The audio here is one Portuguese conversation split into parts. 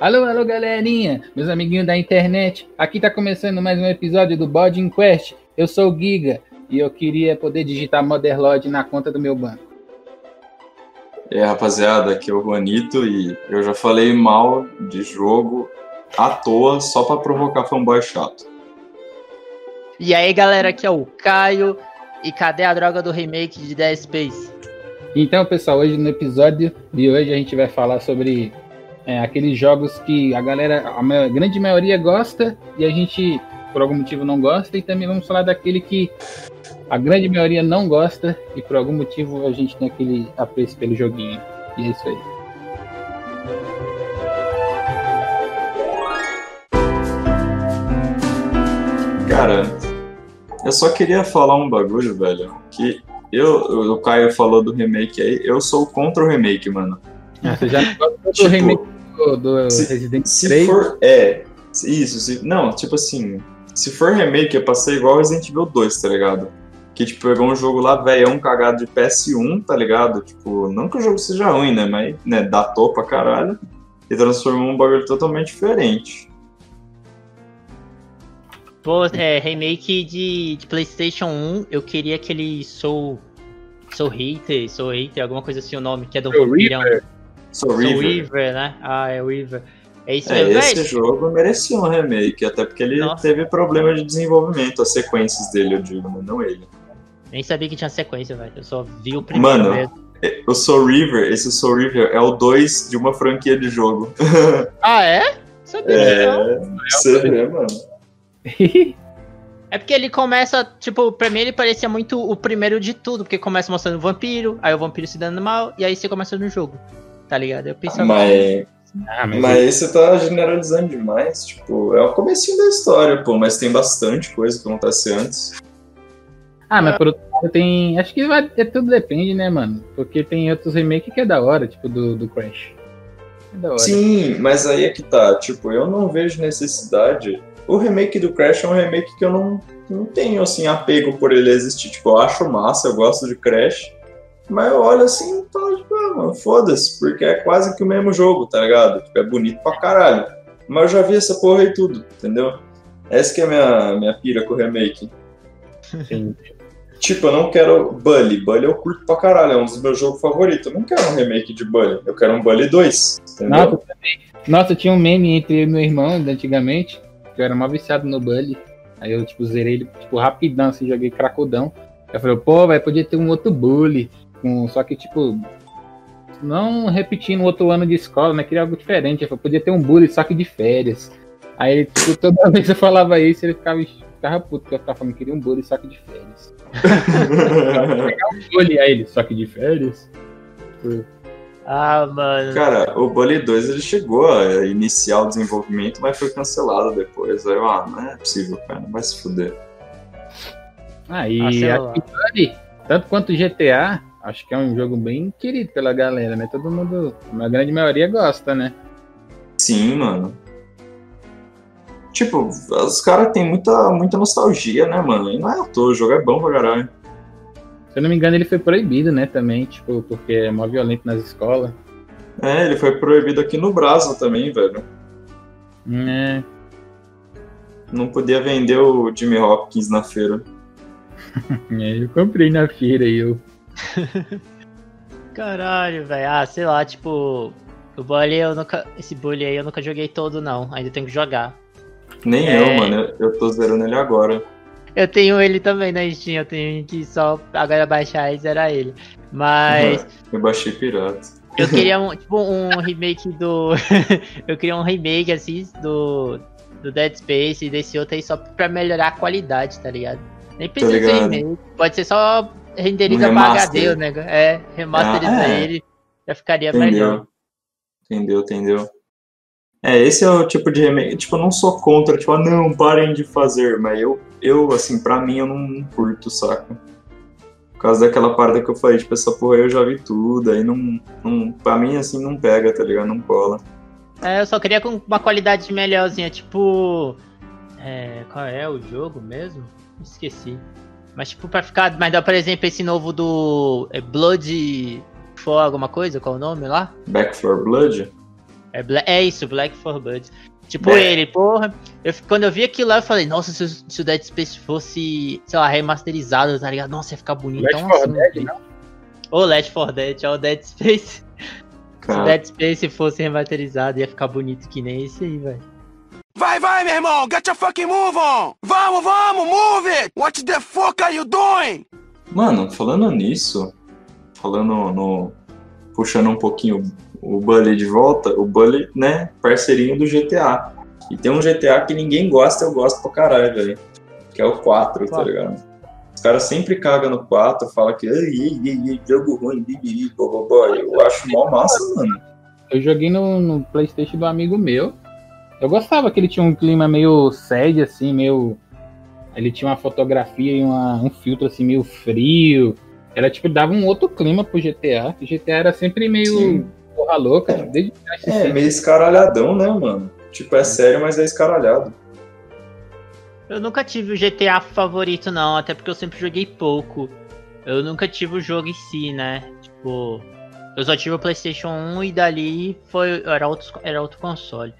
Alô, alô, galerinha, meus amiguinhos da internet. Aqui tá começando mais um episódio do Boarding Quest. Eu sou o Giga e eu queria poder digitar Motherlode na conta do meu banco. E aí, rapaziada, aqui é o Juanito e eu já falei mal de jogo à toa só pra provocar fanboy chato. E aí, galera, aqui é o Caio. E cadê a droga do remake de Dead Space? Então, pessoal, hoje no episódio de hoje a gente vai falar sobre aqueles jogos que a galera, a grande maioria gosta e a gente, por algum motivo, não gosta. E também vamos falar daquele que a grande maioria não gosta e por algum motivo a gente tem aquele apreço pelo joguinho. E é isso aí. Cara, eu só queria falar um bagulho, velho, que o Caio falou do remake aí, eu sou contra o remake, mano. Você já gostou do remake do Resident Evil 3? Não, tipo assim, se for remake, eu passei igual Resident Evil 2, tá ligado? Que, tipo, pegou um jogo lá, velhão, cagado de PS1, tá ligado? Tipo, não que o jogo seja ruim, né? Mas, né, datou pra caralho. E transformou um bagulho totalmente diferente. Pô, remake de PlayStation 1, eu queria aquele Soul Hater, alguma coisa assim o nome, que é do vampirão. Soul Reaver, né? Ah, é o Reaver. É isso mesmo, esse jogo merecia um remake, até porque ele teve problema de desenvolvimento, as sequências dele, eu digo, mas não ele. Nem sabia que tinha sequência, velho. Eu só vi o primeiro mesmo. O Soul Reaver, esse Soul Reaver é o 2 de uma franquia de jogo. Ah, é? Sabia, você vê, mano. É porque ele começa, tipo, pra mim ele parecia muito o primeiro de tudo, porque começa mostrando o vampiro, aí o vampiro se dando mal, e aí você começa no jogo, tá ligado? Eu pensava... Mas você tá generalizando demais, tipo, é o comecinho da história, pô, mas tem bastante coisa que acontece antes. Mas por outro lado tem... Acho que tudo depende, né, mano? Porque tem outros remakes que é da hora, tipo do Crash. É da hora. Sim, mas aí é que tá, tipo, eu não vejo necessidade... O remake do Crash é um remake que eu não tenho, assim, apego por ele existir. Tipo, eu acho massa, eu gosto de Crash, mas eu olho assim e falo, tipo, mano, foda-se, porque é quase que o mesmo jogo, tá ligado? Tipo, é bonito pra caralho. Mas eu já vi essa porra e tudo, entendeu? Essa que é a minha pira com o remake. Sim. Tipo, eu não quero Bully. Bully eu curto pra caralho, é um dos meus jogos favoritos. Eu não quero um remake de Bully, eu quero um Bully 2, entendeu? Nossa, tinha um meme entre eu e meu irmão, antigamente, que eu era mal viciado no Bully. Aí eu, tipo, zerei ele, tipo, rapidão, assim, joguei cracudão. Eu falei, pô, podia ter um outro Bully. Só que, tipo, não repetindo o outro ano de escola, né? Queria algo diferente. Eu falei, podia ter um Bully, só que de férias. Aí ele, tipo, toda vez eu falava isso, ele ficava puto, porque eu ficava falando, queria um Bully, só que de férias. Pegar um Bully, aí ele, só que de férias. Ah, mano. Cara, o Bully 2 ele chegou a iniciar o desenvolvimento, mas foi cancelado depois. Aí não é possível, cara, não vai se fuder. Bully, tanto quanto GTA, acho que é um jogo bem querido pela galera, né? Todo mundo, a grande maioria gosta, né? Sim, mano. Tipo, os caras têm muita nostalgia, né, mano? E não é à toa, o jogo é bom pra caralho. Se eu não me engano, ele foi proibido, né, também, tipo, porque é mó violento nas escolas. Ele foi proibido aqui no Brasil também, velho. Não podia vender o Jimmy Hopkins na feira. Eu comprei na feira e eu... Caralho, velho. Sei lá, tipo... O Bully esse Bully aí eu nunca joguei todo, não. Ainda tenho que jogar. Nem eu, mano. Eu tô zerando ele agora. Eu tenho ele também na Steam, eu tenho que só agora baixar e zerar ele. Mas... Eu baixei pirata. Eu queria um remake do... eu queria um remake, assim, do Dead Space e desse outro aí só pra melhorar a qualidade, tá ligado? Nem precisa ser remake, pode ser só renderiza pra HD o negócio. Remasterizar ele, já ficaria melhor. Entendeu. Esse é o tipo de remake, tipo, eu não sou contra, tipo, não, parem de fazer, mas eu assim, pra mim, eu não curto, saca? Por causa daquela parada que eu falei, tipo, essa porra aí eu já vi tudo, aí pra mim, assim, não pega, tá ligado? Não cola. Eu só queria com uma qualidade melhorzinha, tipo... qual é o jogo mesmo? Esqueci. Mas, tipo, pra ficar... Mas dá, por exemplo, esse novo do Blood for alguma coisa, qual é o nome lá? Back 4 Blood? É isso, Black 4 Bloods. Tipo, ele, porra. Quando eu vi aquilo lá, eu falei, nossa, se o Dead Space fosse, sei lá, remasterizado, tá ligado? Nossa, ia ficar bonito. Left 4 Dead, não? Ô, Left 4 Dead, ó, o Dead Space. Cara. Se o Dead Space fosse remasterizado, ia ficar bonito que nem esse aí, velho. Vai, meu irmão! Get your fucking move on! Vamos, move it! What the fuck are you doing? Mano, falando nisso, puxando um pouquinho o Bully de volta, o Bully, né, parceirinho do GTA. E tem um GTA que ninguém gosta, eu gosto pra caralho, velho. Que é o 4, tá ligado? Os caras sempre cagam no 4, falam que jogo ruim, eu acho mó massa, mano. Eu joguei no PlayStation do amigo meu. Eu gostava que ele tinha um clima meio sad, assim, meio... Ele tinha uma fotografia e um filtro, assim, meio frio. Era, tipo, dava um outro clima pro GTA. Que o GTA era sempre meio... Sim. Porra louca. Desde meio escaralhadão, né, mano? Tipo, é sério, mas é escaralhado. Eu nunca tive o GTA favorito, não. Até porque eu sempre joguei pouco. Eu nunca tive o jogo em si, né? Tipo... Eu só tive o PlayStation 1 e dali era outro console.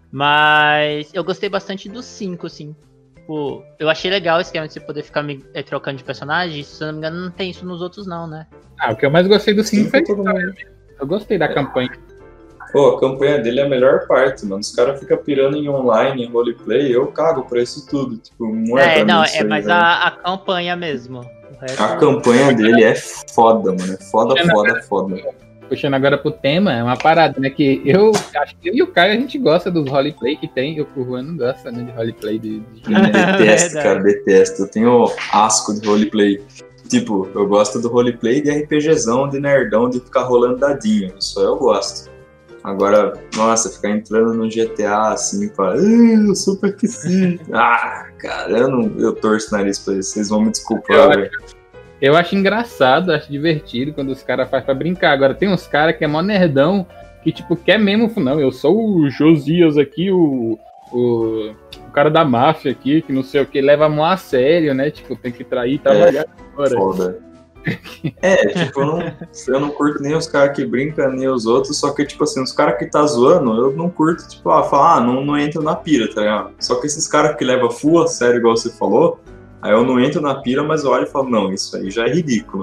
Mas eu gostei bastante do 5, assim. Tipo, eu achei legal o esquema de você poder ficar trocando de personagem. Se eu não me engano, não tem isso nos outros, não, né? O que eu mais gostei do 5 foi todo mundo. Eu gostei da campanha. Pô, a campanha dele é a melhor parte, mano. Os caras ficam pirando em online, em roleplay, eu cago pra isso tudo. Tipo, não é pra mim isso aí, mas né? a campanha mesmo. A campanha dele é foda, mano. É foda. Puxando agora pro tema, é uma parada, né? Que eu acho que eu e o Caio a gente gosta dos roleplay que tem. O Juan não gosta, né? De roleplay de detesto, cara, detesto. Eu tenho asco de roleplay. Tipo, eu gosto do roleplay de RPGzão, de nerdão, de ficar rolando dadinho. Isso aí eu gosto. Agora, nossa, ficar entrando no GTA assim, falar, eu super que sim. Cara, eu torço o nariz pra isso. Vocês vão me desculpar, velho. Eu acho engraçado, acho divertido quando os caras fazem pra brincar. Agora tem uns caras que é mó nerdão, que tipo, quer mesmo, não, eu sou o Josias aqui, o cara da máfia aqui, que não sei o que, leva mó a sério, né? Tipo, tem que trair e trabalhar agora. Foda. Tipo, eu não curto nem os caras que brincam, nem os outros, só que, tipo assim, os caras que tá zoando, eu não curto, tipo, falar, não entra na pira, tá ligado? Só que esses caras que levam full a sério, igual você falou, aí eu não entro na pira, mas eu olho e falo, não, isso aí já é ridículo.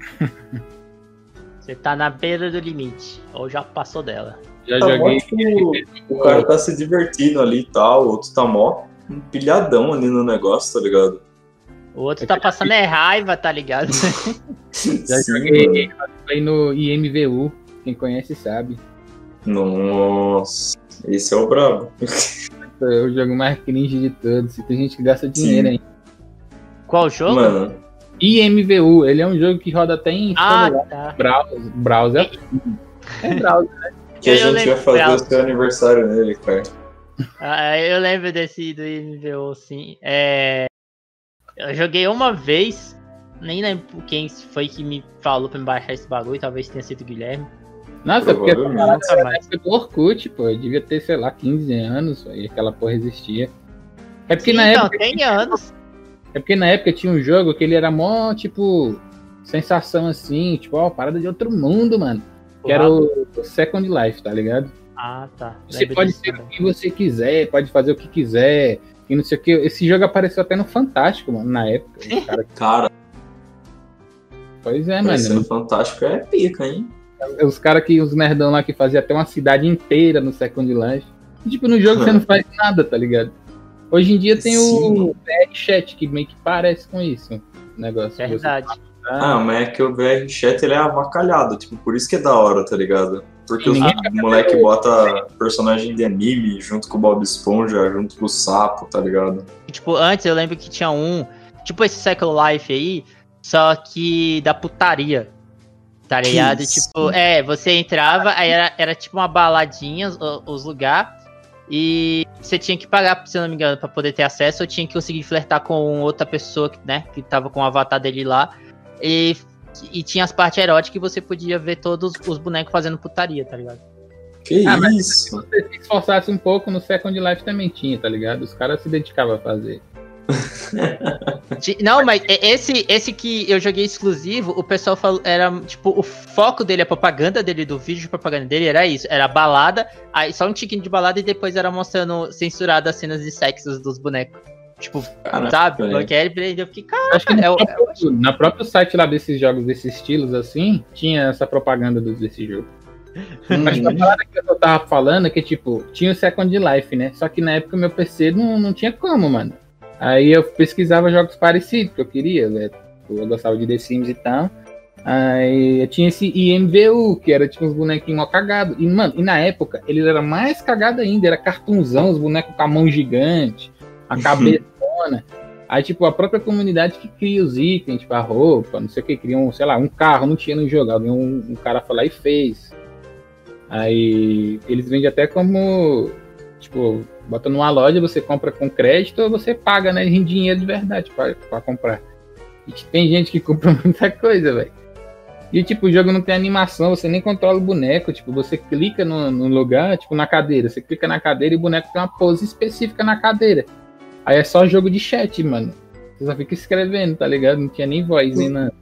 Você tá na beira do limite, ou já passou dela. Já joguei. O cara tá se divertindo ali e tal, o outro tá mó pilhadão ali no negócio, tá ligado? O outro tá passando raiva, tá ligado? Já joguei no IMVU, quem conhece sabe. Nossa, esse é o brabo. É o jogo mais cringe de todos, e tem gente que gasta dinheiro aí. Qual jogo? Mano. IMVU, ele é um jogo que roda até em celular, tá. browser. É browser, né? Que a gente ia fazer o seu aniversário nele, cara. Eu lembro desse do IMVU, sim. Eu joguei uma vez, nem lembro quem foi que me falou pra me baixar esse bagulho, talvez tenha sido o Guilherme. Nossa, porque na época do Orkut, pô, eu devia ter, sei lá, 15 anos, e aquela porra existia. É porque na época. Tem anos. É porque na época tinha um jogo que ele era mó, tipo, sensação assim, tipo, parada de outro mundo, mano. Que era o Second Life, tá ligado? Ah, tá. Você pode ser o que você quiser, pode fazer o que quiser, e não sei o que. Esse jogo apareceu até no Fantástico, mano, na época. Cara. Pois é, mano. Esse Fantástico é pica, hein? Os nerdão lá que faziam até uma cidade inteira no Second Life. E, tipo, no jogo você não faz nada, tá ligado? Hoje em dia tem o VR Chat, que meio que parece com isso. O negócio. É verdade. Mas é que o VR Chat ele é avacalhado, tipo, por isso que é da hora, tá ligado? Porque os moleque bota personagem de anime junto com o Bob Esponja, junto com o Sapo, tá ligado? Tipo, antes eu lembro que tinha tipo esse Second Life aí, só que da putaria, tá ligado? Tipo, você entrava, aí era tipo uma baladinha, os lugares, e você tinha que pagar, se eu não me engano, pra poder ter acesso, ou tinha que conseguir flertar com outra pessoa, né, que tava com o avatar dele lá, e tinha as partes eróticas que você podia ver todos os bonecos fazendo putaria, tá ligado? Que mas isso? Se você se esforçasse um pouco, no Second Life também tinha, tá ligado? Os caras se dedicavam a fazer. Não, mas esse que eu joguei exclusivo, o pessoal falou, era tipo, o foco dele, a propaganda dele, do vídeo de propaganda dele era isso, era balada, aí só um tiquinho de balada e depois era mostrando censurado as cenas de sexo dos bonecos. Tipo, sabe? Porque eu fiquei, caraca, na próprio site lá desses jogos, desses estilos assim, tinha essa propaganda desse jogo. Mas a parada que eu tava falando é que, tipo, tinha o Second Life, né? Só que na época meu PC não tinha como, mano. Aí eu pesquisava jogos parecidos que eu queria, né? Eu gostava de The Sims e tal. Aí eu tinha esse IMVU, que era tipo uns bonequinhos mal cagados. E, mano, na época ele era mais cagado ainda, era cartunzão, os bonecos com a mão gigante, a cabeçona. Aí, tipo, a própria comunidade que cria os itens, tipo, a roupa, não sei o que, criam, sei lá, um carro, não tinha no jogo. Um cara foi lá e fez. Aí eles vendem até como, tipo, bota numa loja, você compra com crédito ou você paga, né, em dinheiro de verdade pra comprar. E tem gente que compra muita coisa, velho. E, tipo, o jogo não tem animação, você nem controla o boneco. Tipo, você clica no lugar, tipo, na cadeira. Você clica na cadeira e o boneco tem uma pose específica na cadeira. Aí é só jogo de chat, mano. Você só fica escrevendo, tá ligado? Não tinha nem voz, nem nada.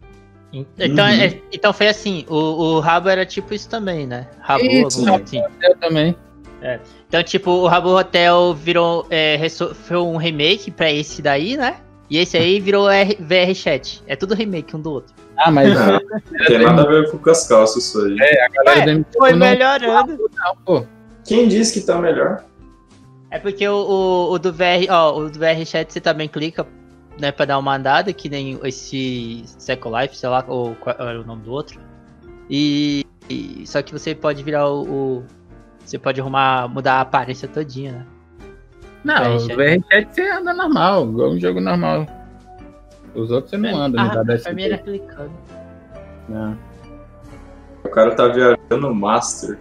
Então foi assim, o Rabo era tipo isso também, né? Rabo, isso, assim. Eu também. É. Então, tipo, o Rabo Hotel virou foi um remake pra esse daí, né? E esse aí virou VR Chat. É tudo remake um do outro. Ah, mas não tem nada a ver com as calças isso aí. A galera foi melhorando. Não, pô. Quem disse que tá melhor? É porque o do VR, o do VR Chat você também clica, né, pra dar uma andada, que nem esse Second Life, sei lá, ou qual era o nome do outro. E só que você pode virar você pode mudar a aparência todinha, né? Não, o VR Chat você anda normal, igual um jogo normal. Os outros você não anda, não dá pra mim era clicando. Não. O cara tá viajando no Master.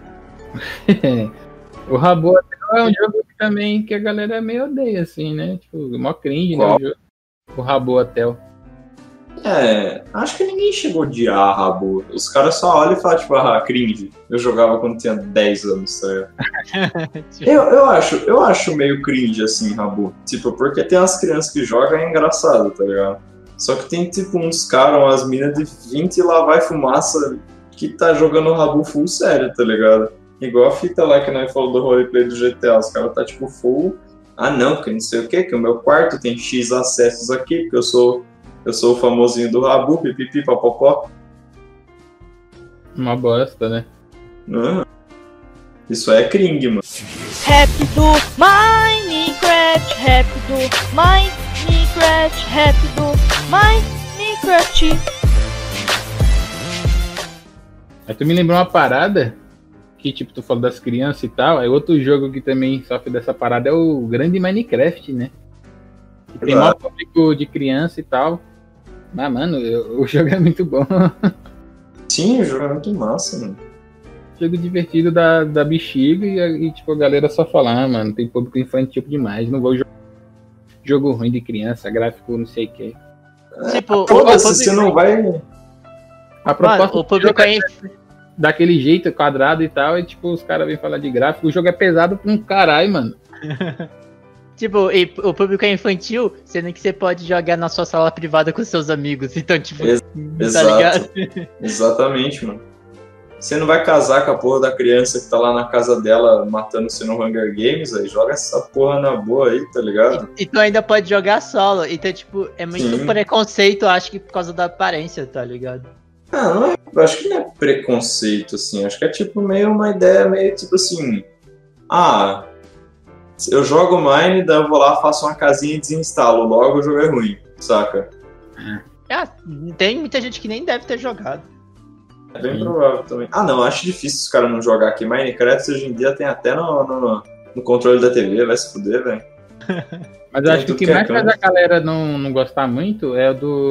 O Rabo Hotel é um jogo também que a galera meio odeia, assim, né? Tipo, mó cringe, né? O Rabo Hotel. Acho que ninguém chegou a odiar Rabo. Os caras só olham e falam, tipo, cringe. Eu jogava quando tinha 10 anos, tá ligado? eu acho meio cringe, assim, Rabo. Tipo, porque tem umas crianças que jogam e é engraçado, tá ligado? Só que tem, tipo, uns caras, umas minas de 20 lá vai fumaça que tá jogando Rabo full sério, tá ligado? Igual a fita lá que nós falou do roleplay do GTA. Os caras tá, tipo, full... não, que não sei o que o meu quarto tem X acessos aqui, porque eu sou o famosinho do Rabu, pipipi, papopó. Uma bosta, né? Isso é cringe, mano. Rap do Minecraft, rap do Minecraft, rap do Minecraft. Aí tu me lembrou uma parada, que tipo, tu falou das crianças e tal, aí outro jogo que também sofre dessa parada é o grande Minecraft, né? Que tem maior público de criança e tal. Mas, mano, o jogo é muito bom. Sim, o jogo é muito massa, mano. Jogo divertido da bexiga e tipo, a galera só fala, mano, tem público infantil demais, não vou jogar jogo ruim de criança, gráfico não sei o que. Tipo, você não vai... A proposta mano, o público é daquele jeito, quadrado e tal, e tipo, os caras vêm falar de gráfico, o jogo é pesado pra um caralho, mano. Tipo, e o público é infantil, sendo que você pode jogar na sua sala privada com seus amigos. Então, tipo, tá ligado? Exatamente, mano. Você não vai casar com a porra da criança que tá lá na casa dela matando você no Hunger Games, aí joga essa porra na boa aí, tá ligado? E tu ainda pode jogar solo. Então, tipo, é muito preconceito, acho que por causa da aparência, tá ligado? Não é, acho que não é preconceito, assim. Acho que é tipo meio uma ideia, meio tipo assim... eu jogo Mine, daí eu vou lá, faço uma casinha e desinstalo. Logo o jogo é ruim, saca? Tem muita gente que nem deve ter jogado. É bem provável também. Não, acho difícil os caras não jogar aqui. Minecraft hoje em dia tem até no controle da TV, vai se fuder, velho. Mas eu acho que o que mais faz a galera não gostar muito é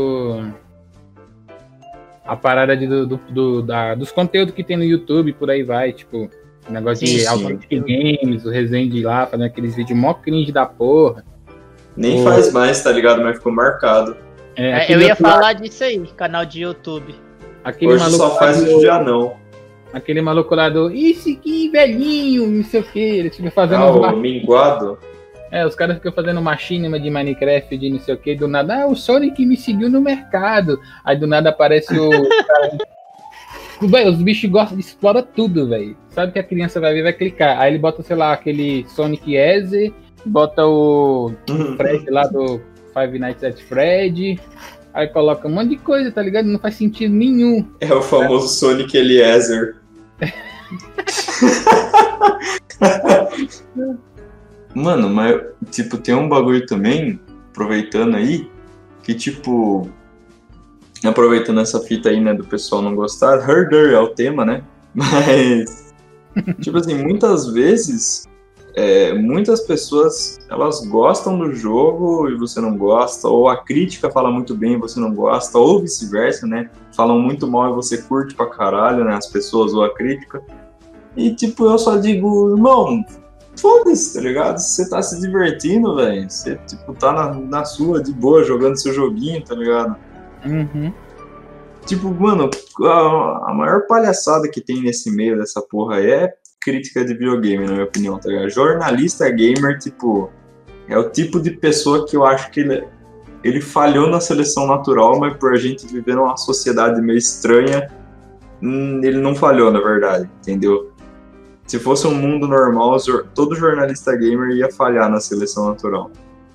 a parada dos conteúdos que tem no YouTube, por aí vai, tipo... O negócio de Authentic Games, o Resende lá, fazendo aqueles vídeos mó cringe da porra. Nem faz mais, tá ligado? Mas ficou marcado. Eu ia falar disso aí, canal de YouTube. Hoje só faz vídeo de anão. Aquele maluco lá do... Isso aqui, velhinho, não sei o que. Ele fica fazendo... O minguado. Os caras ficam fazendo machinima de Minecraft, de não sei o que, do nada, o Sonic me seguiu no mercado. Aí do nada aparece o cara. Véio, os bichos gostam de explorar tudo, velho. Sabe que a criança vai ver, vai clicar. Aí ele bota, sei lá, aquele Sonic Easy, bota o Fred lá do Five Nights at Fred, aí coloca um monte de coisa, tá ligado? Não faz sentido nenhum. É o famoso Sonic Eliezer. Mano, mas, tipo, tem um bagulho também, aproveitando aí, que, tipo, aproveitando essa fita aí, né, do pessoal não gostar, Herder é o tema, né, mas, tipo assim, muitas vezes, muitas pessoas, elas gostam do jogo e você não gosta, ou a crítica fala muito bem e você não gosta, ou vice-versa, né, falam muito mal e você curte pra caralho, né, as pessoas ou a crítica, e, tipo, eu só digo, irmão, foda-se, tá ligado? Você tá se divertindo, velho. Você, tipo, tá na sua, de boa, jogando seu joguinho, tá ligado? Uhum. Tipo, mano, a maior palhaçada que tem nesse meio dessa porra aí é crítica de videogame, na minha opinião, tá ligado? Jornalista gamer, tipo, é o tipo de pessoa que eu acho que ele falhou na seleção natural, mas por a gente viver numa sociedade meio estranha, ele não falhou, na verdade, entendeu? Se fosse um mundo normal, todo jornalista gamer ia falhar na seleção natural.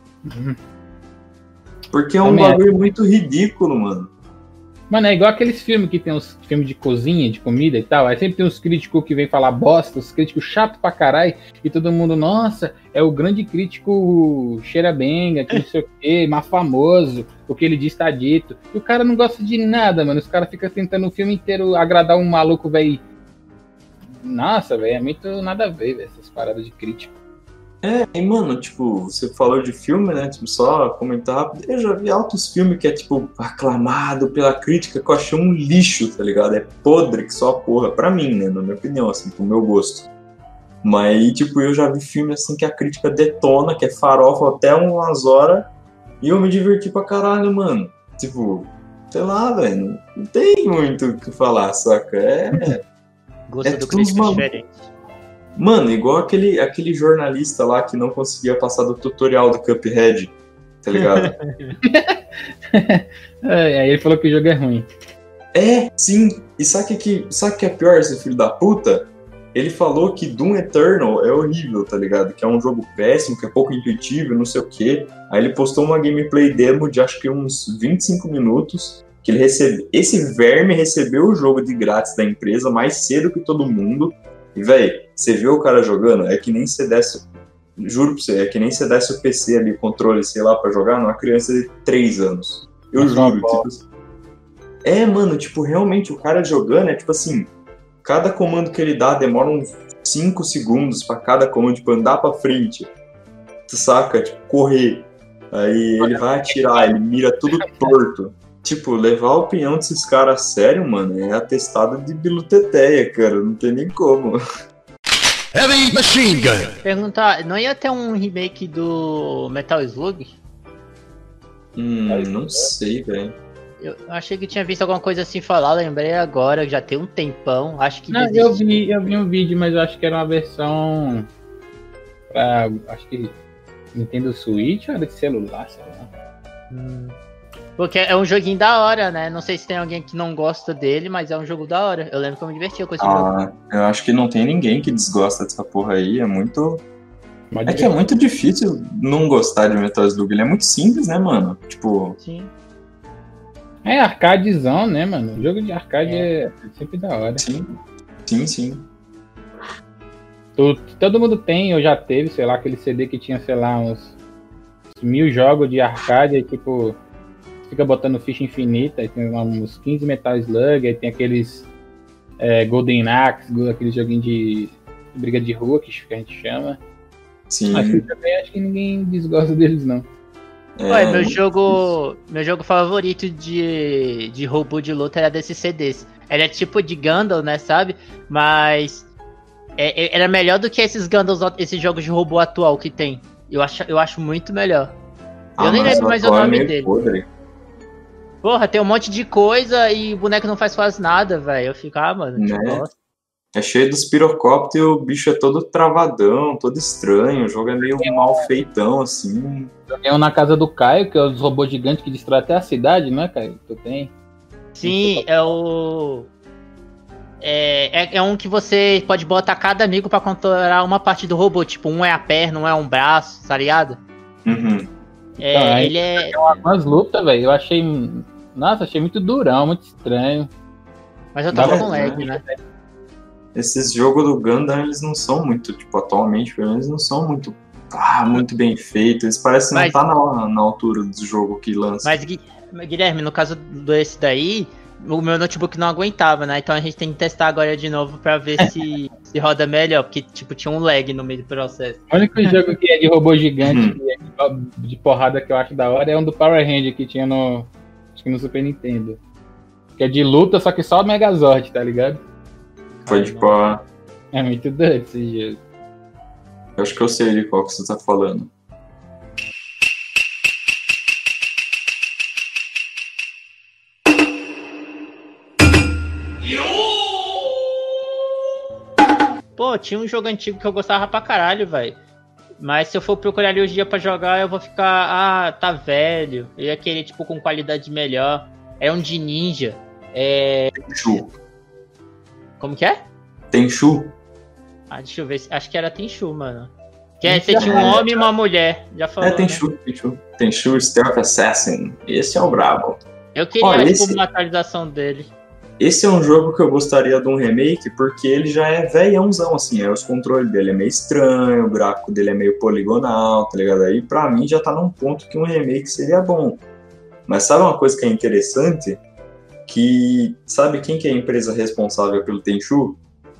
Porque é um bagulho muito ridículo, mano. Mano, é igual aqueles filmes que tem os filmes de cozinha, de comida e tal. Aí sempre tem uns críticos que vêm falar bosta, os críticos chato pra caralho. E todo mundo, nossa, é o grande crítico cheirabenga, que não sei o quê, mais famoso. O que ele diz tá dito. E o cara não gosta de nada, mano. Os caras ficam tentando o filme inteiro agradar um maluco, velho. Nossa, velho, é muito nada a ver, velho, essas paradas de crítica. E mano, tipo, você falou de filme, né, tipo, só comentar rápido, eu já vi altos filmes que é, tipo, aclamado pela crítica, que eu achei um lixo, tá ligado? É podre que só porra, pra mim, né, na minha opinião, assim, pro meu gosto. Mas, tipo, eu já vi filme, assim, que a crítica detona, que é farofa até umas horas, e eu me diverti pra caralho, mano. Tipo, sei lá, velho, não tem muito o que falar, saca? Gosto do crítico diferente. Mano, igual aquele jornalista lá que não conseguia passar do tutorial do Cuphead, tá ligado? Aí ele falou que o jogo é ruim. Sim. E sabe o que é pior, esse filho da puta? Ele falou que Doom Eternal é horrível, tá ligado? Que é um jogo péssimo, que é pouco intuitivo, não sei o quê. Aí ele postou uma gameplay demo de acho que uns 25 minutos, que esse verme recebeu o jogo de grátis da empresa mais cedo que todo mundo. E, velho, você vê o cara jogando, é que nem você desse... Juro pra você, é que nem você desse o PC ali, o controle, sei lá, pra jogar numa criança de 3 anos. Eu juro, tipo... mano, tipo, realmente, o cara jogando é tipo assim... Cada comando que ele dá demora uns 5 segundos pra cada comando, tipo, andar pra frente. Tu saca? Tipo, correr. Aí ele vai atirar, ele mira tudo torto. Tipo, levar a opinião desses caras a sério, mano, é atestado de biluteteia, cara. Não tem nem como. Heavy Machine Gun. Perguntar, não ia ter um remake do Metal Slug? Não sei, velho. Eu achei que tinha visto alguma coisa assim falar, lembrei agora, já tem um tempão, acho que... Não, eu vi um vídeo, mas eu acho que era uma versão pra, acho que Nintendo Switch ou era de celular, sei lá. Porque é um joguinho da hora, né? Não sei se tem alguém que não gosta dele, mas é um jogo da hora. Eu lembro que eu me divertia com esse jogo. Eu acho que não tem ninguém que desgosta dessa porra aí, é muito... É que é muito difícil não gostar de Metal Slug, ele é muito simples, né, mano? Tipo... Sim. É arcadezão, né, mano? O jogo de arcade é sempre da hora. Sim. Todo mundo tem, ou já teve, sei lá, aquele CD que tinha, sei lá, uns 1000 jogos de arcade, aí tipo, fica botando ficha infinita, aí tem uns 15 Metal Slug, aí tem aqueles Golden Axe, aquele joguinho de briga de rua, que a gente chama. Sim. Mas também acho que ninguém desgosta deles, não. Ué, meu jogo favorito de robô de luta era desses CDs. Era tipo de Gundam, né, sabe? Mas era melhor do que esses Gundams, esses jogos de robô atual que tem. Eu acho muito melhor. Eu nem lembro mais o nome dele. Podre. Porra, tem um monte de coisa e o boneco não faz quase nada, velho. Eu fico, mano, que bosta. É cheio dos pirocópteros e o bicho é todo travadão, todo estranho. O jogo é meio mal feitão, assim. Joguei um na casa do Caio, que é os robôs gigantes que destrói até a cidade, não é, Caio? Tu tem? Sim, é o... É um que você pode botar cada amigo pra controlar uma parte do robô. Tipo, um é a perna, um é um braço, tá ligado? Uhum. Ele é... Umas lutas, velho, eu achei... Nossa, achei muito durão, muito estranho. Mas eu tava com lag, né? Esses jogos do Gundam, eles não são muito, tipo, atualmente, pelo menos, não são muito bem feitos. Eles parecem não estar na altura do jogo que lança. Mas, Guilherme, no caso desse daí, o meu notebook não aguentava, né? Então a gente tem que testar agora de novo pra ver se roda melhor, porque, tipo, tinha um lag no meio do processo. O único jogo que é de robô gigante, que é de porrada que eu acho da hora, é um do Power Ranger que tinha acho que no Super Nintendo. Que é de luta, só que só o Megazord, tá ligado? Foi tipo É muito doido esse jogo. Eu acho que eu sei de qual que você tá falando. Pô, tinha um jogo antigo que eu gostava pra caralho, velho. Mas se eu for procurar ali hoje em dia pra jogar, eu vou ficar... tá velho. Eu ia querer, tipo, com qualidade melhor. É um de ninja. Tenchu. Como que é? Tenchu. Deixa eu ver. Acho que era Tenchu, mano. Você tinha um homem e uma mulher. Já falou, Tenchu, né? Tenchu Stealth Assassin. Esse é o brabo. Eu queria, uma atualização dele. Esse é um jogo que eu gostaria de um remake, porque ele já é velhãozão, assim. Os controles dele é meio estranho, o gráfico dele é meio poligonal, tá ligado? Aí, pra mim, já tá num ponto que um remake seria bom. Mas sabe uma coisa que é interessante? Que sabe quem que é a empresa responsável pelo Tenchu?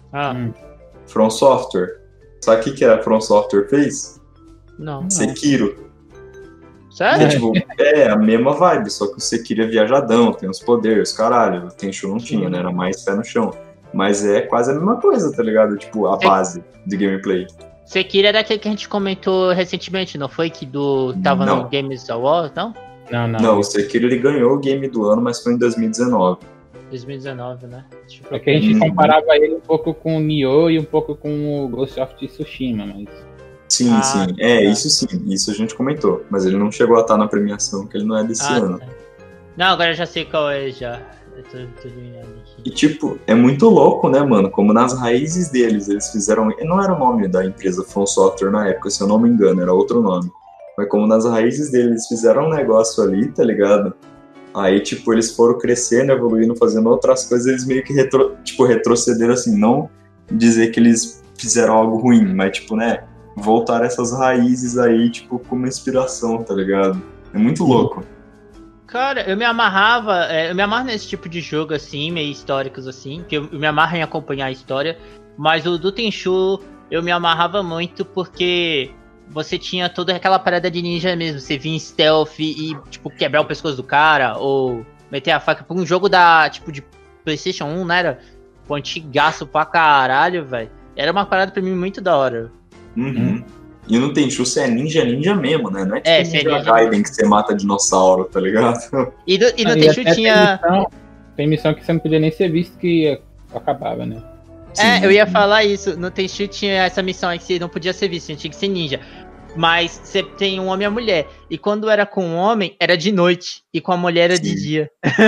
From Software. Sabe o que a From Software fez? Não. Sekiro. Sério? Tipo, é a mesma vibe, só que o Sekiro é viajadão, tem os poderes, caralho. O Tenchu não tinha, né? Era mais pé no chão. Mas é quase a mesma coisa, tá ligado? Tipo, a base de gameplay. Sekiro era aquele que a gente comentou recentemente, não foi? Que tava no Games Awards, não? Não, o Sekiro ele ganhou o game do ano, mas foi em 2019. 2019, né? É que a gente comparava ele um pouco com o Nioh e um pouco com o Ghost of Tsushima, mas... Sim. Isso sim, isso a gente comentou. Mas ele não chegou a estar na premiação, que ele não é desse ano. Tá. Não, agora eu já sei qual é, já. Eu tô adivinhando aqui. E tipo, é muito louco, né, mano? Como nas raízes deles, eles fizeram... Não era o nome da empresa From Software na época, se eu não me engano, era outro nome. Mas como nas raízes deles, eles fizeram um negócio ali, tá ligado? Aí, tipo, eles foram crescendo, evoluindo, fazendo outras coisas, eles meio que retrocederam, assim, não dizer que eles fizeram algo ruim, mas, tipo, né, voltar essas raízes aí, tipo, como inspiração, tá ligado? É muito louco. Cara, eu me amarro nesse tipo de jogo, assim, meio históricos, assim, que eu me amarro em acompanhar a história, mas o do Tenchu eu me amarrava muito porque... Você tinha toda aquela parada de ninja mesmo. Você vinha em stealth e, tipo, quebrar o pescoço do cara. Ou meter a faca. Por um jogo tipo, de PlayStation 1, né? Era antigaço pra caralho, velho. Era uma parada pra mim muito da hora. Uhum. E no Tenchu você é ninja mesmo, né? Não é tipo Ninja Gaiden que você mata dinossauro, tá ligado? E no Tenchu tinha... Tem missão que você não podia nem ser visto que acabava, né? Sim. Eu ia falar isso. No Tenchu tinha essa missão aí que você não podia ser visto, tinha que ser ninja. Mas você tem um homem e a mulher. E quando era com um homem, era de noite. E com a mulher era de dia.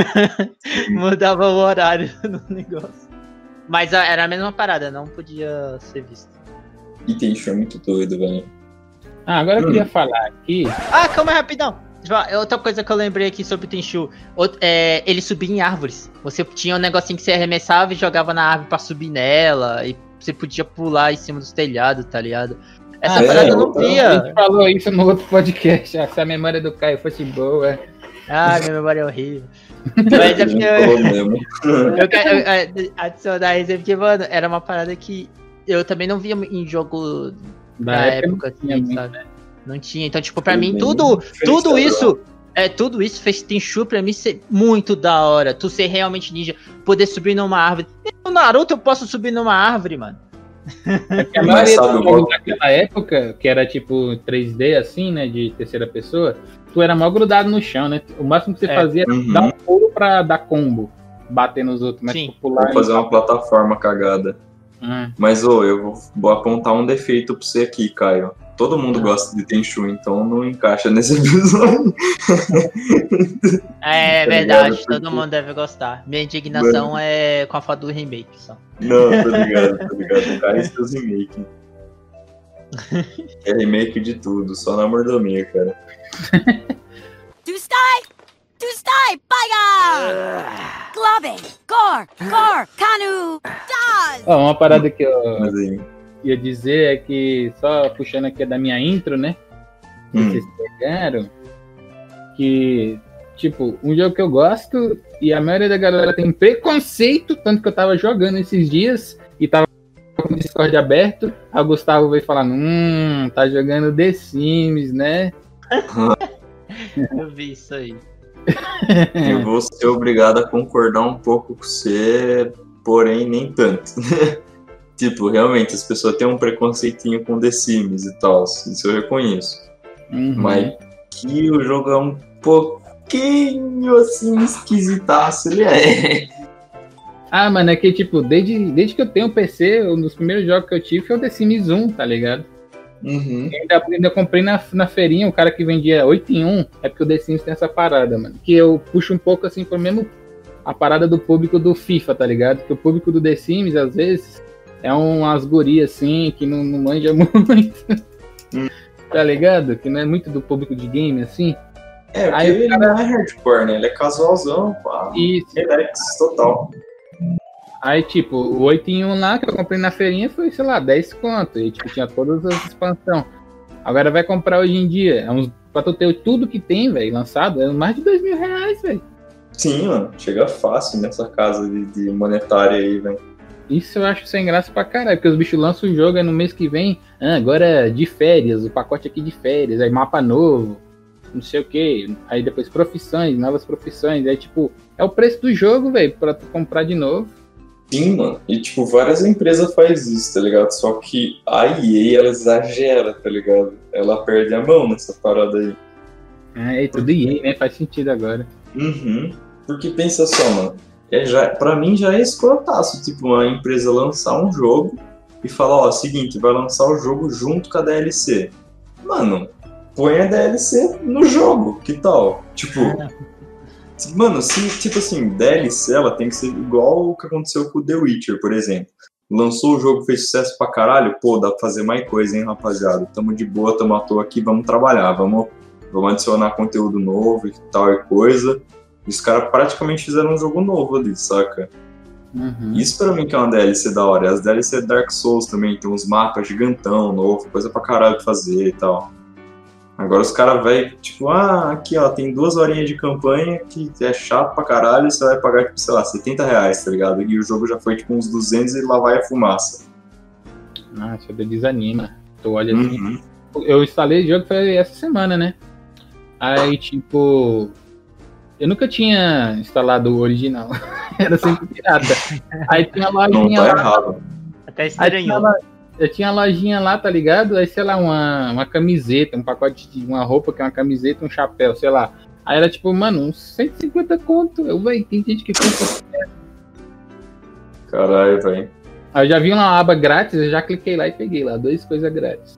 Mudava o horário no negócio. Mas era a mesma parada, não podia ser visto. E Tenchu é muito doido, velho. Agora eu queria falar aqui... Calma aí, rapidão. Outra coisa que eu lembrei aqui sobre o Tenchu, ele subia em árvores. Você tinha um negocinho que você arremessava e jogava na árvore pra subir nela, e você podia pular em cima dos telhados, tá ligado? Essa parada eu não via. A gente falou isso no outro podcast, se a memória do Caio fosse boa. Minha memória é horrível. Mas é porque eu quero adicionar isso, porque, mano, era uma parada que eu também não via em jogo da época assim, sabe? Não tinha, então, tipo, pra mim, tudo isso fez Tenchu pra mim ser muito da hora. Tu ser realmente ninja, poder subir numa árvore. No Naruto eu posso subir numa árvore, mano. A maioria dos jogos daquela época, que era tipo 3D assim, né, de terceira pessoa, tu era mal grudado no chão, né? O máximo que você fazia era dar um pulo pra dar combo, bater nos outros, mas tipo, pular... fazer uma plataforma cagada. Mas, eu vou apontar um defeito pra você aqui, Caio. Todo mundo gosta de Tenchu, então não encaixa nesse episódio. É Tá verdade, ligado? todo mundo deve gostar. Minha indignação é com a foto do remake só. Não, tá ligado. O cara e seus remakes. É remake de tudo, só na mordomia, cara. Tustai, Paiga! Globe, Gor, Kanu, Daz! Ó, uma parada que eu Mas aí, ia dizer é que, só puxando aqui da minha intro, né? Que vocês pegaram, que, tipo, um jogo que eu gosto e a maioria da galera tem preconceito, tanto que eu tava jogando esses dias e tava com o Discord aberto, aí o Gustavo veio falar, tá jogando The Sims, né? Eu vi isso aí. eu vou ser obrigado a concordar um pouco com você, porém nem tanto. Tipo, realmente, as pessoas têm um preconceitinho com The Sims e tal, isso eu reconheço. Mas que o jogo é um pouquinho, assim, esquisitaço, ele é. Ah, mano, é que, tipo, desde que eu tenho PC, um dos primeiros jogos que eu tive foi o The Sims 1, tá ligado? Ainda comprei na feirinha, o cara que vendia 8 em 1, é porque o The Sims tem essa parada, mano. Que eu puxo um pouco, assim, pro mesmo a parada do público do FIFA, tá ligado? Que o público do The Sims, às vezes, é umas gurias, assim, que não manja muito, tá ligado? Que não é muito do público de game, assim. É, porque aí ele não é hardcore, né? Ele é casualzão, pá. Isso. Relax, total. Aí, tipo, o 8 em 1 lá que eu comprei na feirinha foi, sei lá, 10 conto. E, tipo, tinha todas as expansões. Agora vai comprar hoje em dia. Pra tu ter tudo que tem, velho, lançado, é mais de R$2.000, velho. Sim, mano. Chega fácil nessa casa de monetária aí, velho. Isso eu acho sem graça pra caralho, porque os bichos lançam o jogo aí no mês que vem. Agora de férias, o pacote aqui de férias, aí mapa novo, não sei o que. Aí depois profissões, novas profissões. Aí, tipo, é o preço do jogo, velho, pra tu comprar de novo. Sim, mano. E, tipo, várias empresas fazem isso, tá ligado? Só que a EA, ela exagera, tá ligado? Ela perde a mão nessa parada aí. É tudo EA, né? Faz sentido agora. Porque pensa só, mano. Pra mim já é escrotaço, tipo, uma empresa lançar um jogo e falar, ó, seguinte, vai lançar o jogo junto com a DLC. Mano, põe a DLC no jogo, que tal? Tipo... Mano, se, tipo assim, DLC, ela tem que ser igual o que aconteceu com o The Witcher, por exemplo. Lançou o jogo, fez sucesso pra caralho, pô, dá pra fazer mais coisa, hein, rapaziada? Tamo de boa, tamo à toa aqui, vamos trabalhar, vamos adicionar conteúdo novo e tal e coisa. E os caras praticamente fizeram um jogo novo ali, saca? Isso pra mim que é uma DLC da hora. As DLC Dark Souls também, tem uns mapas gigantão, novo, coisa pra caralho pra fazer e tal. Agora os caras vai, tipo, aqui ó, tem 2 horinhas de campanha que é chato pra caralho, você vai pagar, tipo, sei lá, R$70, tá ligado? E o jogo já foi, tipo, uns 200 e lá vai a fumaça. Isso desanima. Tu olha assim. Eu instalei o jogo foi essa semana, né? Aí, tipo... Eu nunca tinha instalado o original. Era sempre pirata. Aí tinha a lojinha Não tá lá. errado. Até estranhou. Eu tinha a lojinha lá, tá ligado? Aí, sei lá, uma camiseta, um pacote de uma roupa que é uma camiseta, um chapéu, sei lá. Aí era tipo, mano, uns 150 conto. Tem gente que compra. Caralho, velho. Aí eu já vi uma aba grátis, eu já cliquei lá e peguei lá, 2 coisas grátis.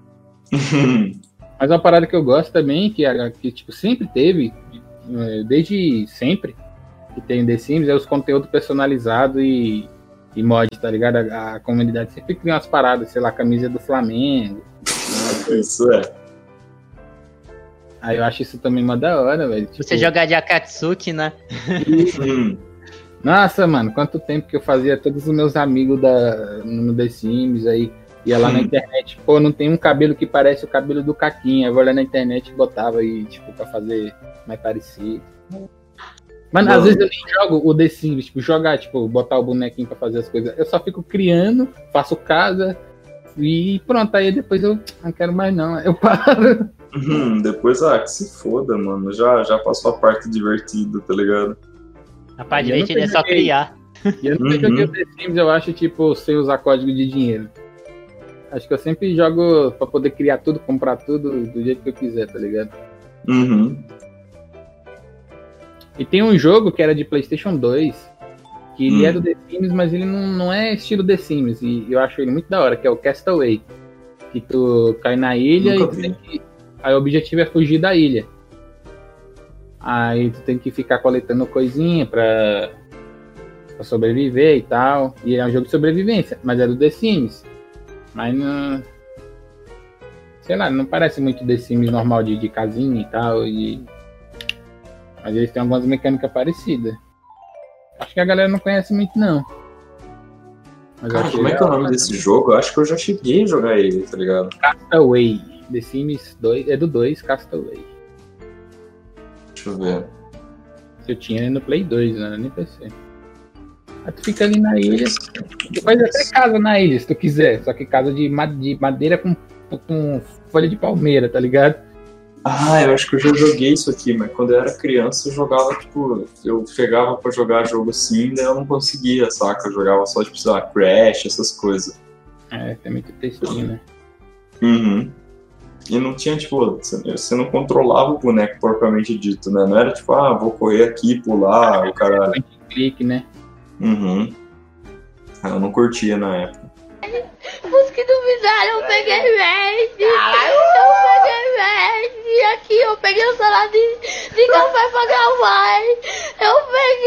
Mas uma parada que eu gosto também, que tipo, sempre teve, desde sempre, que tem The Sims, é os conteúdos personalizados e mod, tá ligado? A comunidade sempre cria umas paradas, sei lá, camisa do Flamengo. Isso é. Aí eu acho isso também uma da hora, velho. Tipo... Você jogar de Akatsuki, né? Nossa, mano, quanto tempo que eu fazia todos os meus amigos no The Sims, aí ia lá na internet, pô, não tem um cabelo que parece o cabelo do Caquinha, eu vou lá na internet e botava aí, tipo, pra fazer mais parecido. Mano, às vezes eu nem jogo o The Sims, tipo, jogar, tipo, botar o bonequinho pra fazer as coisas. Eu só fico criando, faço casa e pronto, aí depois eu não quero mais não, eu paro. Depois, que se foda, mano, já passou a parte divertida, tá ligado? A parte divertida é só criar. E eu nunca joguei o The Sims, eu acho, tipo, sem usar código de dinheiro. Acho que eu sempre jogo pra poder criar tudo, comprar tudo do jeito que eu quiser, tá ligado? Uhum. E tem um jogo que era de PlayStation 2, que ele é do The Sims, mas ele não é estilo The Sims, e eu acho ele muito da hora, que é o Castaway, que tu cai na ilha e tu tem que... Aí o objetivo é fugir da ilha. Aí tu tem que ficar coletando coisinha pra sobreviver e tal. E é um jogo de sobrevivência, mas é do The Sims. Mas não... Sei lá, não parece muito The Sims normal de casinha e tal. Mas eles têm algumas mecânicas parecidas. Acho que a galera não conhece muito, não. Mas cara, como é que é o nome desse jogo? Eu acho que eu já cheguei a jogar ele, tá ligado? Castaway. The Sims 2, é do 2, Castaway. Deixa eu ver. Eu tinha no Play 2, né? Nem PC. Aí tu fica ali na ilha. Tu faz até casa na ilha, se tu quiser. Só que casa de madeira com folha de palmeira, tá ligado? Ah, eu acho que eu já joguei isso aqui, mas quando eu era criança eu jogava, tipo, eu pegava pra jogar jogo assim, daí eu não conseguia, saca? Eu jogava só, tipo, sei lá, Crash, essas coisas. É, tem muito textinho, né? Uhum. E não tinha, tipo, você não controlava o boneco propriamente dito, né? Não era tipo, vou correr aqui, pular, o cara... Clique, né? Uhum. Eu não curtia na época. Os que duvidaram, eu peguei verde. Eu peguei verde. E aqui eu peguei o celular de café pra gravar. Eu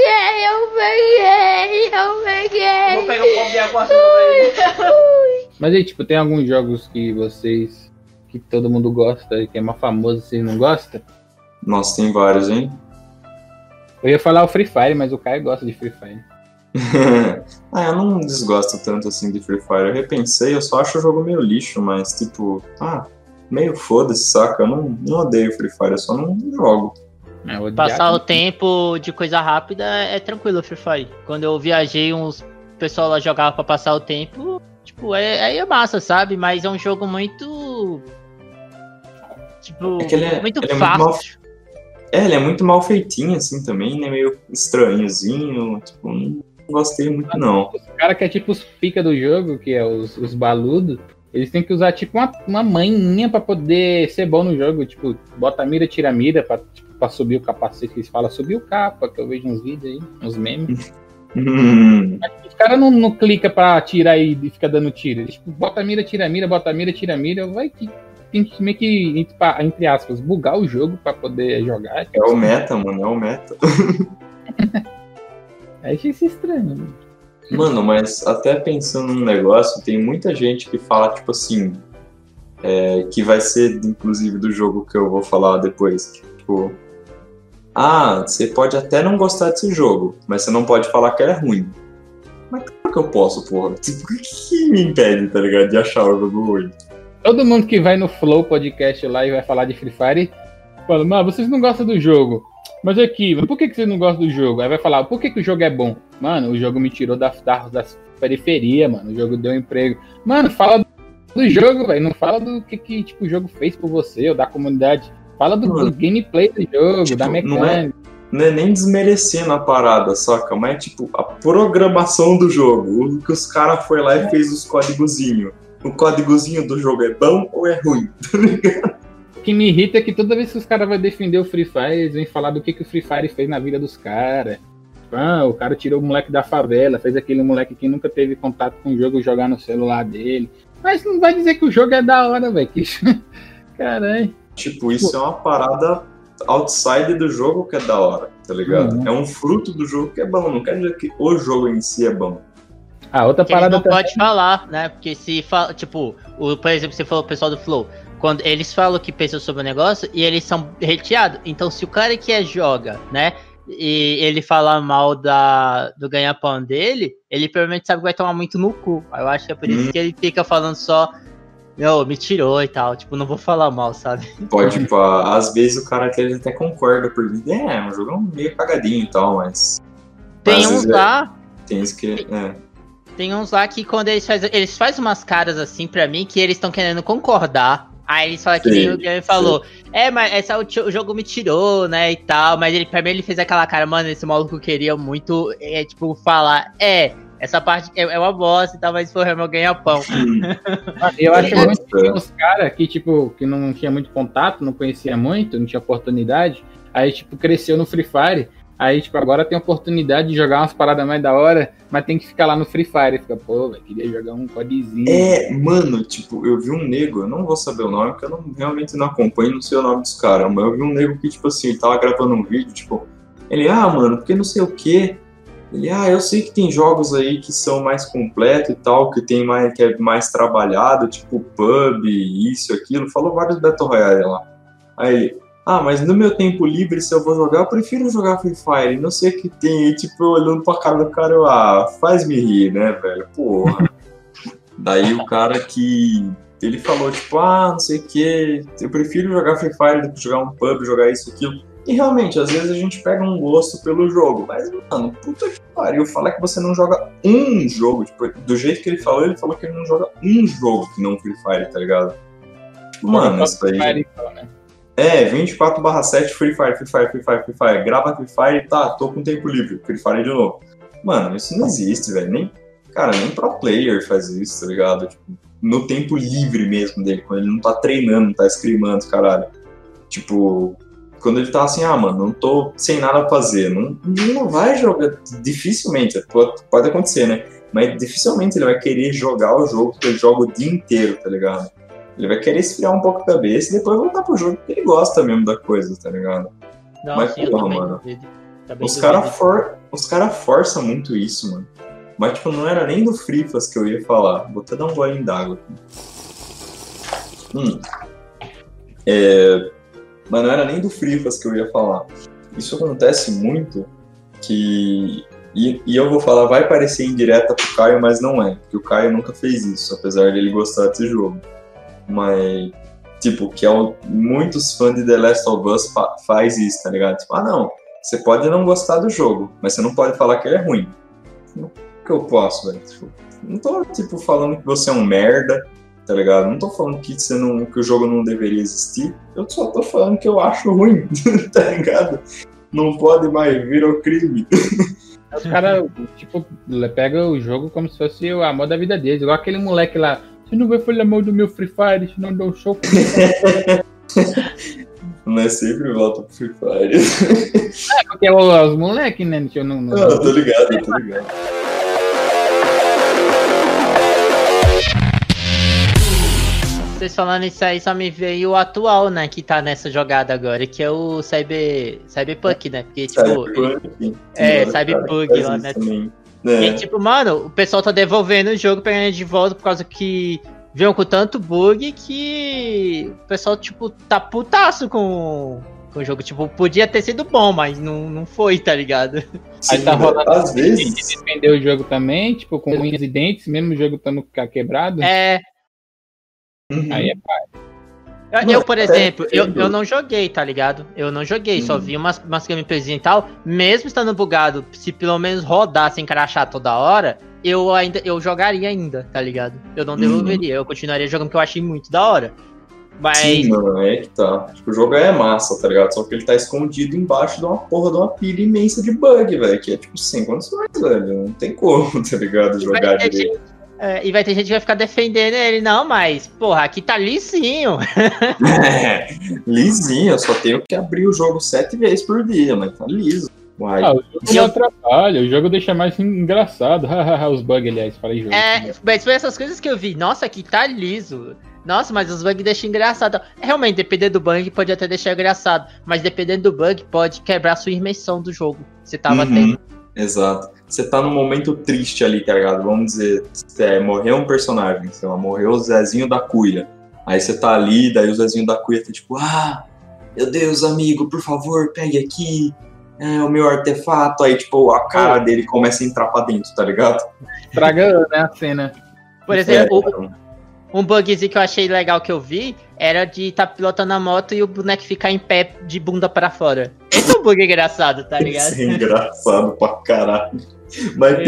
peguei. Vou pegar um pouco de água assim. Mas aí, tipo, tem alguns jogos que vocês... que todo mundo gosta, que é mais famoso, vocês não gostam? Nossa, tem vários, hein? Eu ia falar o Free Fire, mas o Caio gosta de Free Fire. Eu não desgosto tanto assim de Free Fire. Eu repensei, eu só acho o jogo meio lixo, mas tipo, meio foda-se, saca? Eu não odeio Free Fire, eu só não jogo. Passar o tempo de coisa rápida é tranquilo, Free Fire. Quando eu viajei, o pessoal lá jogava pra passar o tempo, tipo, aí é massa, sabe? Mas é um jogo muito... Tipo, muito fácil. Ele é muito mal feitinho, assim, também, né? Meio estranhozinho, tipo, não gostei muito, não. Os caras que é tipo os pica do jogo, que é os baludos, eles têm que usar tipo uma manhinha pra poder ser bom no jogo, tipo, bota a mira, tira a mira, pra subir o capacete, que eles falam, subir o capa, que eu vejo uns vídeos aí, uns memes. Os caras não clica pra tirar e fica dando tiro, eles tipo, bota a mira, tira a mira, bota a mira, tira a mira, vai que... Tem que meio que, entre aspas, bugar o jogo pra poder jogar. É o meta, mano, é o meta. Aí achei isso estranho, né? Mano, mas até pensando num negócio, tem muita gente que fala, tipo assim, que vai ser, inclusive, do jogo que eu vou falar depois. Tipo, você pode até não gostar desse jogo, mas você não pode falar que ele é ruim. Mas claro que eu posso, porra. Tipo, o que me impede, tá ligado, de achar o jogo ruim? Todo mundo que vai no Flow Podcast lá e vai falar de Free Fire fala, mas vocês não gostam do jogo. Mas aqui, por que vocês não gostam do jogo? Aí vai falar, por que o jogo é bom? Mano, o jogo me tirou das periferias, mano. O jogo deu emprego. Mano, fala do jogo, velho. Não fala do que tipo, o jogo fez por você ou da comunidade. Fala do gameplay do jogo, tipo, da mecânica. Não é nem desmerecendo a parada, saca? Mas é tipo a programação do jogo. O que os caras foi lá e fez os códigozinhos. O códigozinho do jogo é bom ou é ruim? Tá ligado? O que me irrita é que toda vez que os caras vão defender o Free Fire, eles vêm falar do que o Free Fire fez na vida dos caras. O cara tirou o moleque da favela, fez aquele moleque que nunca teve contato com o jogo jogar no celular dele. Mas não vai dizer que o jogo é da hora, velho. Caralho. Tipo, isso é uma parada outside do jogo que é da hora, tá ligado? É um fruto do jogo que é bom, não quer dizer que o jogo em si é bom. Outra parada não pode falar, né? Porque se fala, tipo, por exemplo, você falou o pessoal do Flow, quando eles falam que pensam sobre o negócio e eles são hateados. Então, se o cara que joga, né, e ele falar mal do ganha-pão dele, ele provavelmente sabe que vai tomar muito no cu. Eu acho que é por isso que ele fica falando só, me tirou e tal. Tipo, não vou falar mal, sabe? Pode, tipo, às vezes o cara até concorda, porque um jogo meio cagadinho e tal, mas... Tem uns lá... Tem isso que... Tem uns lá que quando eles fazem umas caras assim pra mim que eles estão querendo concordar. Aí eles falam que nem o Guilherme falou. Mas o jogo me tirou, né, e tal. Mas pra mim ele fez aquela cara, mano, esse maluco queria muito, tipo, falar, essa parte é uma bosta e tal, mas foi meu ganha-pão. Eu acho muito que os caras que, tipo, que não tinha muito contato, não conhecia muito, não tinha oportunidade, aí, tipo, cresceu no Free Fire. Aí, tipo, agora tem a oportunidade de jogar umas paradas mais da hora, mas tem que ficar lá no Free Fire. Fica, pô, velho, queria jogar um CODzinho. Mano, tipo, eu vi um nego, eu não vou saber o nome, porque eu realmente não acompanho, não sei o nome dos caras, mas eu vi um nego que, tipo assim, ele tava gravando um vídeo, tipo, ele, mano, porque não sei o quê. Ele, eu sei que tem jogos aí que são mais completos e tal, que é mais trabalhado, tipo PUB, isso, aquilo, falou vários Battle Royale lá. Aí ele, mas no meu tempo livre, se eu vou jogar, eu prefiro jogar Free Fire, não sei o que tem, e tipo, olhando pra cara do cara, faz-me rir, né, velho, porra. Daí o cara ele falou, tipo, não sei o que, eu prefiro jogar Free Fire do que jogar um PUB, jogar isso, aquilo. E realmente, às vezes a gente pega um gosto pelo jogo, mas, mano, puta que pariu, falar que você não joga um jogo, tipo, do jeito que ele falou que ele não joga um jogo que não Free Fire, tá ligado? Mano, isso aí... 24/7 Free Fire, grava Free Fire, tô com tempo livre, Free Fire de novo. Mano, isso não existe, velho, nem pro player faz isso, tá ligado? Tipo, no tempo livre mesmo dele, quando ele não tá treinando, não tá scrimando, caralho. Tipo... Quando ele tá assim, mano, não tô sem nada pra fazer, não vai jogar, dificilmente, pode acontecer, né? Mas dificilmente ele vai querer jogar o jogo que ele joga o dia inteiro, tá ligado? Ele vai querer esfriar um pouco a cabeça e depois voltar pro jogo que ele gosta mesmo da coisa, tá ligado? Não, mas, sim, porra, mano, os cara forçam muito isso, mano. Mas, tipo, não era nem do Frifas que eu ia falar. Vou até dar um golinho d'água aqui. Mas não era nem do Frifas que eu ia falar. Isso acontece muito que... E eu vou falar, vai parecer indireta pro Caio, mas não é. Porque o Caio nunca fez isso, apesar dele gostar desse jogo. Mas, tipo, muitos fãs de The Last of Us faz isso, tá ligado? Tipo, não, você pode não gostar do jogo, mas você não pode falar que ele é ruim. O que eu posso, velho? Tipo, não tô, tipo, falando que você é um merda, tá ligado? Não tô falando que o jogo não deveria existir, eu só tô falando que eu acho ruim, tá ligado? Não pode mais vir ao crime. Os caras, tipo, pegam o jogo como se fosse o amor da vida deles, igual aquele moleque lá, você não vai falar mal do meu Free Fire, se não dou um show. Mas sempre volta pro Free Fire. Porque é os moleques, né? Não, tô ligado. Vocês falando isso aí, só me veio o atual, né, que tá nessa jogada agora, que é o Cyberpunk, né? Porque, tipo... Cyberpunk lá, né? E, tipo, mano, o pessoal tá devolvendo o jogo, pegando de volta por causa que veio com tanto bug que o pessoal, tipo, tá putaço com o jogo. Tipo, podia ter sido bom, mas não foi, tá ligado? Sim, aí tá rolando às vezes defender o jogo também, tipo, com unhas e dentes, mesmo o jogo estando quebrado. Aí é pai. Eu, por exemplo, eu não joguei, tá ligado? Eu não joguei, só vi umas gameplays e tal. Mesmo estando bugado, se pelo menos rodar sem crachar toda hora, eu jogaria ainda, tá ligado? Eu não devolveria, eu continuaria jogando porque eu achei muito da hora. Mas... Sim, mano, é que tá. Tipo, o jogo é massa, tá ligado? Só que ele tá escondido embaixo de uma porra de uma pilha imensa de bug, velho. Que é tipo sem condições, velho. Não tem como, tá ligado? Jogar direito. E vai ter gente que vai ficar defendendo ele, não, mas, porra, aqui tá lisinho. Lisinho, eu só tenho que abrir o jogo 7 vezes por dia, mas tá liso. O jogo não atrapalha, o jogo deixa mais engraçado. Os bugs, aliás, falei jogo. Mas foi essas coisas que eu vi. Nossa, aqui tá liso. Nossa, mas os bugs deixam engraçado. Realmente, dependendo do bug, pode até deixar engraçado. Mas dependendo do bug, pode quebrar a sua imersão do jogo. Você tava tendo. Exato. Você tá num momento triste ali, tá ligado? Vamos dizer, morreu um personagem, sei lá, morreu o Zezinho da Cuia. Aí você tá ali, daí o Zezinho da Cuia tá tipo, meu Deus, amigo, por favor, pegue aqui o meu artefato. Aí, tipo, a cara dele começa a entrar pra dentro, tá ligado? Estragando, né, a cena. Por exemplo, um bugzinho que eu achei legal que eu vi era de estar pilotando a moto e o boneco ficar em pé de bunda pra fora. Esse é um bug engraçado, tá ligado? Isso é engraçado pra caralho. Mas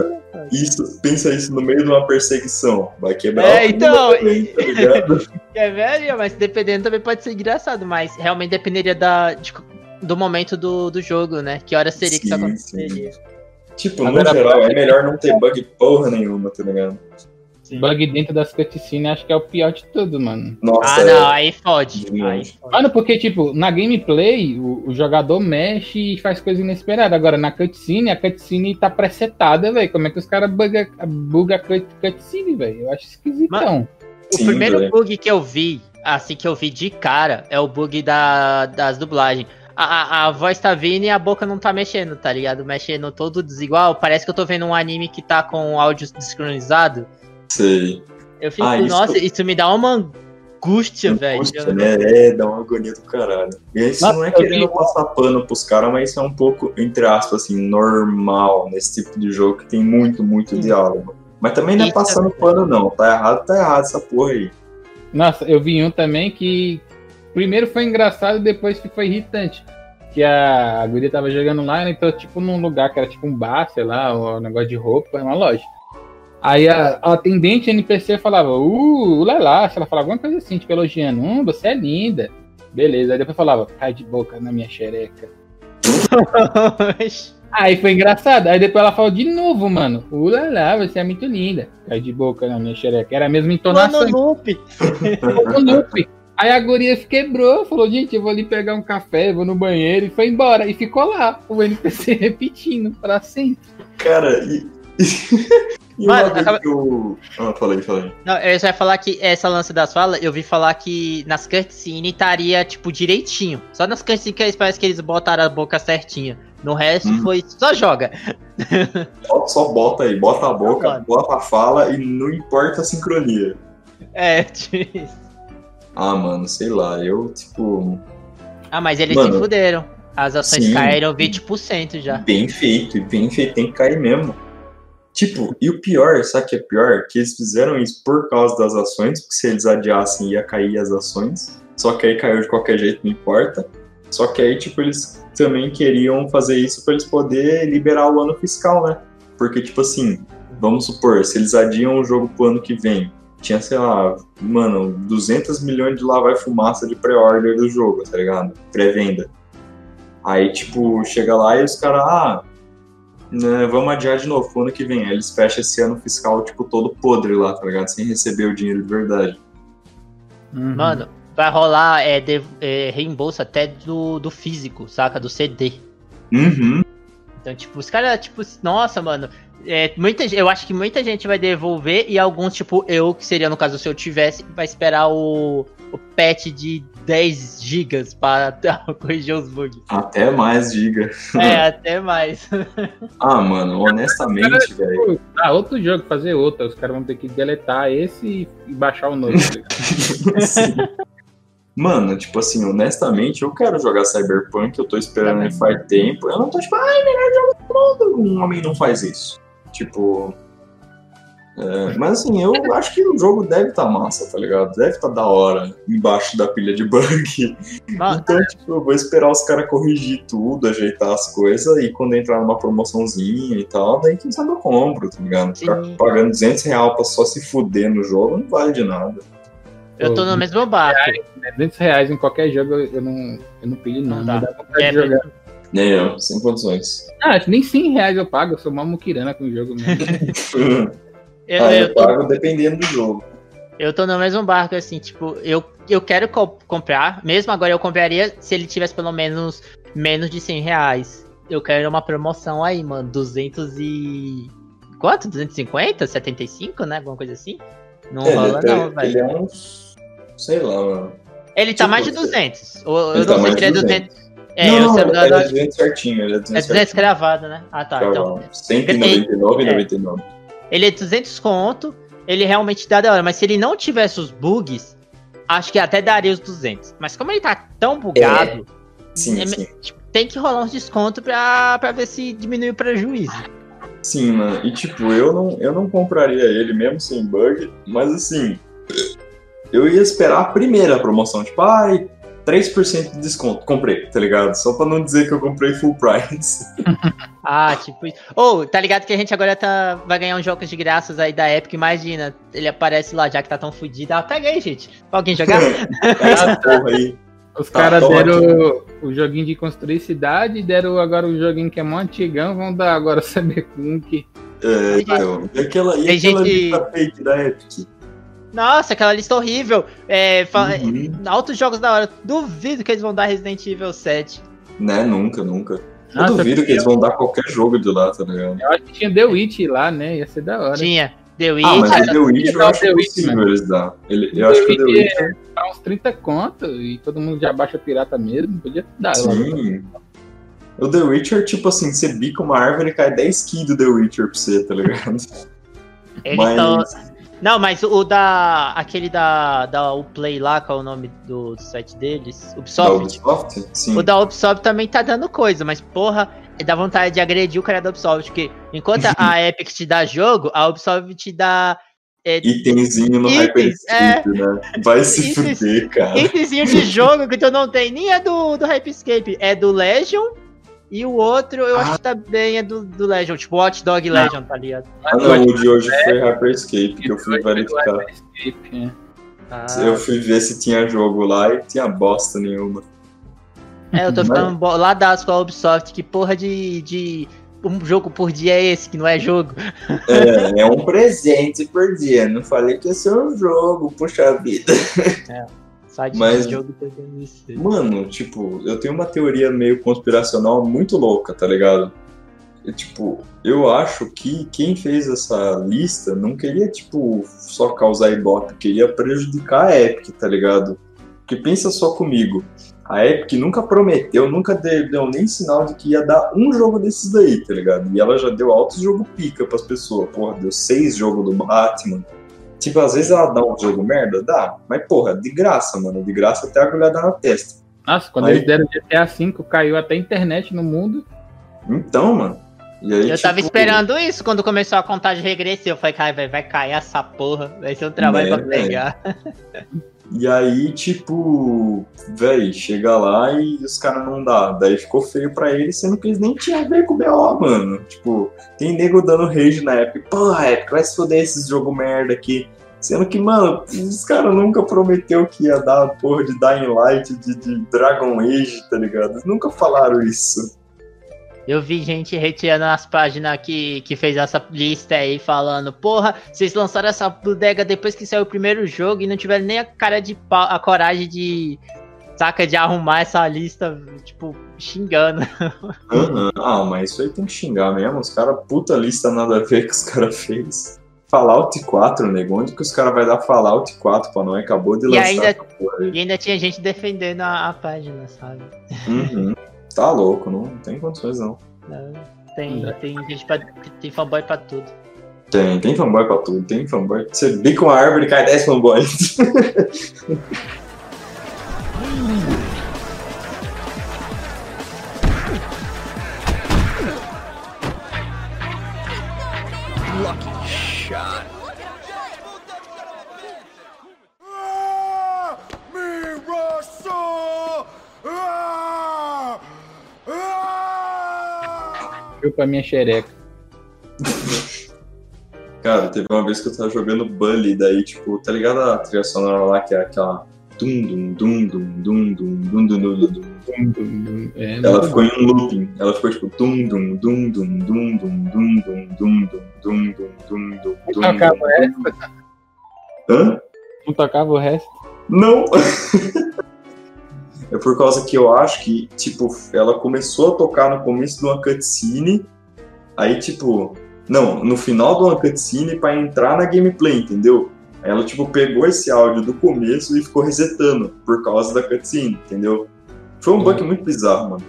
pensa isso no meio de uma perseguição. Vai quebrar também, tá ligado? Velho, mas dependendo também pode ser engraçado, mas realmente dependeria do momento do jogo, né? Que hora seria que isso aconteceria. Tipo, no geral, é melhor não ter bug porra nenhuma, tá ligado? Sim. Bug dentro das cutscenes acho que é o pior de tudo, mano. Nossa, Ah, não, aí fode. Demais. Mano, porque, tipo, na gameplay, o jogador mexe e faz coisa inesperada. Agora, na cutscene, a cutscene tá presetada, velho. Como é que os caras buga a cutscene, velho? Eu acho esquisitão. O Sim, primeiro velho. bug que eu vi, assim que eu vi de cara, é o bug das dublagens. A voz tá vindo e a boca não tá mexendo, tá ligado? Mexendo todo desigual. Parece que eu tô vendo um anime que tá com o áudio desincronizado. Sei. Eu fico, Ah, isso- nossa, isso me dá uma angústia, velho. Angústia, né? Dá uma agonia do caralho. E isso Nossa, não é eu querendo vi- passar pano pros caras, mas isso é um pouco, entre aspas, assim, normal nesse tipo de jogo que tem muito diálogo. Mas também não é Isso é passando verdade. pano, não. Tá errado essa porra aí. Nossa, eu vi um também que primeiro foi engraçado, depois que foi irritante. Que a guria tava jogando lá, ela entrou tipo num lugar que era tipo um bar, sei lá, um negócio de roupa, uma loja. Aí a atendente NPC falava, lá, ela falava alguma coisa assim, tipo elogiando, você é linda. Beleza, aí depois falava, cai de boca na minha xereca. Aí foi engraçado, aí depois ela falou de novo, mano, lá, você é muito linda. Cai de boca na minha xereca, era a mesma entonação. Mano, loop. No loop. Aí a guria se quebrou, falou, gente, eu vou ali pegar um café, vou no banheiro, e foi embora. E ficou lá, o NPC repetindo pra sempre. Cara, e Mano, uma vez que eu... falei. Não, eu só ia falar que essa lance das falas, eu vi falar que nas cutscenes estaria, tipo, direitinho. Só nas cutscenes que eles parece que eles botaram a boca certinha. No resto foi só joga. Só bota aí, bota a boca, Mano. bota a fala e não importa a sincronia. É, tipo isso. Ah, mano, sei lá, eu, tipo... Ah, mas eles Mano, se fuderam. As ações sim. caíram 20% já. Bem feito, tem que cair mesmo. Tipo, e o pior, sabe o que é pior? Que eles fizeram isso por causa das ações, porque se eles adiassem ia cair as ações, só que aí caiu de qualquer jeito, não importa. Só que aí, tipo, eles também queriam fazer isso pra eles poderem liberar o ano fiscal, né? Porque, tipo assim, vamos supor, se eles adiam o jogo pro ano que vem, tinha, sei lá, mano, 200 milhões de lá vai fumaça de pré-order do jogo, tá ligado? Pré-venda. Aí, tipo, chega lá e os caras, né, vamos adiar de novo pro ano que vem. Aí eles fecham esse ano fiscal, tipo, todo podre lá, tá ligado? Sem receber o dinheiro de verdade. Mano, vai rolar reembolso até do físico, saca? Do CD. Uhum. Então, tipo, os caras, tipo, nossa, mano. Eu acho que muita gente vai devolver e alguns, tipo, eu, que seria no caso se eu tivesse, vai esperar o patch de 10 gigas pra corrigir os bugs. Até mais, diga. Até mais. Ah, mano, honestamente, velho. Outro jogo, fazer outro. Os caras vão ter que deletar esse e baixar o novo. Tá ligado? Sim. Mano, tipo assim, honestamente, eu quero jogar Cyberpunk, eu tô esperando ele faz tempo. Eu não tô tipo, melhor jogo do mundo. Um homem não faz isso. Tipo. Mas assim, eu acho que o jogo deve tá massa, tá ligado? Deve tá da hora, embaixo da pilha de bug. Mano, Então, tipo, eu vou esperar os caras corrigir tudo, ajeitar as coisas, e quando entrar numa promoçãozinha e tal, daí quem sabe eu compro, tá ligado? Ficar Sim. pagando R$200 pra só se fuder no jogo não vale de nada. eu tô no mesmo barco. R$200 em qualquer jogo eu não pilho, não. Não Não dá. dá vontade de jogar. Nem eu, sem condições. Acho que nem R$100 eu pago, eu sou uma muquirana com o jogo mesmo. Eu pago dependendo do jogo. Eu tô no mesmo barco, assim, tipo, eu quero comprar, mesmo agora eu compraria se ele tivesse pelo menos de R$100. Eu quero uma promoção aí, mano, 200 e... Quanto? 250? 75, né? Alguma coisa assim? Não rola não, velho. Ele é uns... Sei lá, mano. Ele tá Tipo, mais de 200. Eu ele não tá sei mais se ele é de 200. Não, eu sei, ele é 200 certinho, ele é 200 é 200 cravado, né? Ah, tá, então... 199,99. Ele é 200 conto, ele realmente dá da hora, mas se ele não tivesse os bugs, acho que até daria os 200. Mas como ele tá tão bugado, Sim. tipo, tem que rolar uns descontos pra ver se diminui o prejuízo. Sim, mano. E tipo, eu não compraria ele mesmo sem bug, mas assim, eu ia esperar a primeira promoção, tipo, 3% de desconto. Comprei, tá ligado? Só pra não dizer que eu comprei full price. Tipo isso. Tá ligado que a gente agora vai ganhar uns jogos de graças aí da Epic, imagina. Ele aparece lá, já que tá tão fudido. Pega aí, gente. Pra alguém jogar? Essa porra aí. Os caras toma deram o joguinho de construir cidade, deram agora o joguinho que é mó antigão, vão dar agora o Cyberpunk. Então. E aquela Tem gente- lista fake da Epic? Nossa, aquela lista horrível. Altos jogos da hora. Duvido que eles vão dar Resident Evil 7. Né, nunca. Eu Nossa, duvido que eles vão dar qualquer jogo de lá, tá ligado? Eu acho que tinha The Witch lá, né? Ia ser da hora. Tinha The Witch. Ah, mas o The Witch eu Não, acho The Witch, possível mano. eles dar. Eu acho que o The Witch Tá uns 30 conto e todo mundo já baixa pirata mesmo. Podia dar lá. sim. O The Witcher, tipo assim, você bica uma árvore e cai 10 kills do The Witcher pra você, tá ligado? Eles Mas- tão... Não, mas aquele da Uplay lá, qual é o nome do site deles? Da Ubisoft. Ubisoft? Sim. O da Ubisoft também tá dando coisa, mas porra, dá vontade de agredir o cara da Ubisoft, porque enquanto a Epic te dá jogo, a Ubisoft te dá Itemzinho no Itens, Hyperscape, né? Vai se Itens- fuder, cara. itemzinho de jogo que tu não tem, nem é do Hyperscape, é do Legion, e o outro eu acho que também é do Legion, tipo Watch Dog Legion, tá ligado? Ah, não, o de hoje foi Hyperscape, que eu fui verificar. Eu fui ver se tinha jogo lá e tinha bosta nenhuma. Eu tô ficando ladaço com a Ubisoft, que porra de um jogo por dia é esse, que não é jogo? É um presente por dia. Não falei que ia ser um jogo, puxa vida. Só de Mas- jogo pegando isso. Mano, tipo, eu tenho uma teoria meio conspiracional muito louca, tá ligado? Eu acho que quem fez essa lista não queria, tipo, só causar ibope, queria prejudicar a Epic, tá ligado? Porque pensa só comigo, a Epic nunca prometeu, nunca deu nem sinal de que ia dar um jogo desses daí, tá ligado? E ela já deu altos jogo pica pras pessoas, porra, deu 6 jogos do Batman. Tipo, às vezes ela dá um jogo merda, dá, mas porra, de graça, mano, de graça até agulhada na testa. Nossa, quando Aí- eles deram GTA V, caiu até a internet no mundo. Então, mano, e aí, Eu tava tipo, esperando isso quando começou a contagem regressiva. Eu falei, cara, vai cair essa porra. Vai ser um trabalho Né, pra pegar. E aí, tipo, véi, chega lá e os caras não dá. Daí ficou feio pra eles, sendo que eles nem tinham a ver com o BO, mano. Tipo, tem nego dando rage na Epic. Pô, a Epic vai se foder esses jogo merda aqui. Sendo que, mano, os caras nunca prometeu que ia dar a porra de Dying Light, de Dragon Age, tá ligado? Eles nunca falaram isso. Eu vi gente retirando as páginas que fez essa lista aí, falando, porra, vocês lançaram essa bodega depois que saiu o primeiro jogo e não tiveram nem a cara de pau, a coragem de, saca, de arrumar essa lista, tipo, xingando. Aham. Ah, mas isso aí tem que xingar mesmo. Os caras, puta lista nada a ver que os caras fez. Fallout 4, nego. Onde que os caras vai dar Fallout 4 pra nós? Acabou de E lançar ainda- essa porra aí. E ainda tinha gente defendendo a página, sabe? Uhum. Tá louco, não tem condições não. Tem gente tem fanboy pra tudo. Tem fanboy pra tudo, tem fanboy. Você bica uma árvore e cai 10 fanboys. Chupa minha xereca. Cara, teve uma vez que eu tava jogando Bully, daí, tipo, tá ligado a trilha sonora lá, que é aquela... Dum, dum, dum, dum, dum, dum, dum, dum, dum, dum. É, Ela ficou em um looping. Ela ficou tipo dum dum dum dum dum dum dum dum dum dum dum dum dum dum. Não tocava o resto? Hã? Não tocava o resto? Não! É por causa que eu acho que, tipo, ela começou a tocar no começo de uma cutscene, aí, tipo... Não, no final de uma cutscene pra entrar na gameplay, entendeu? Aí ela, tipo, pegou esse áudio do começo e ficou resetando por causa da cutscene, entendeu? Foi um bug muito bizarro, mano.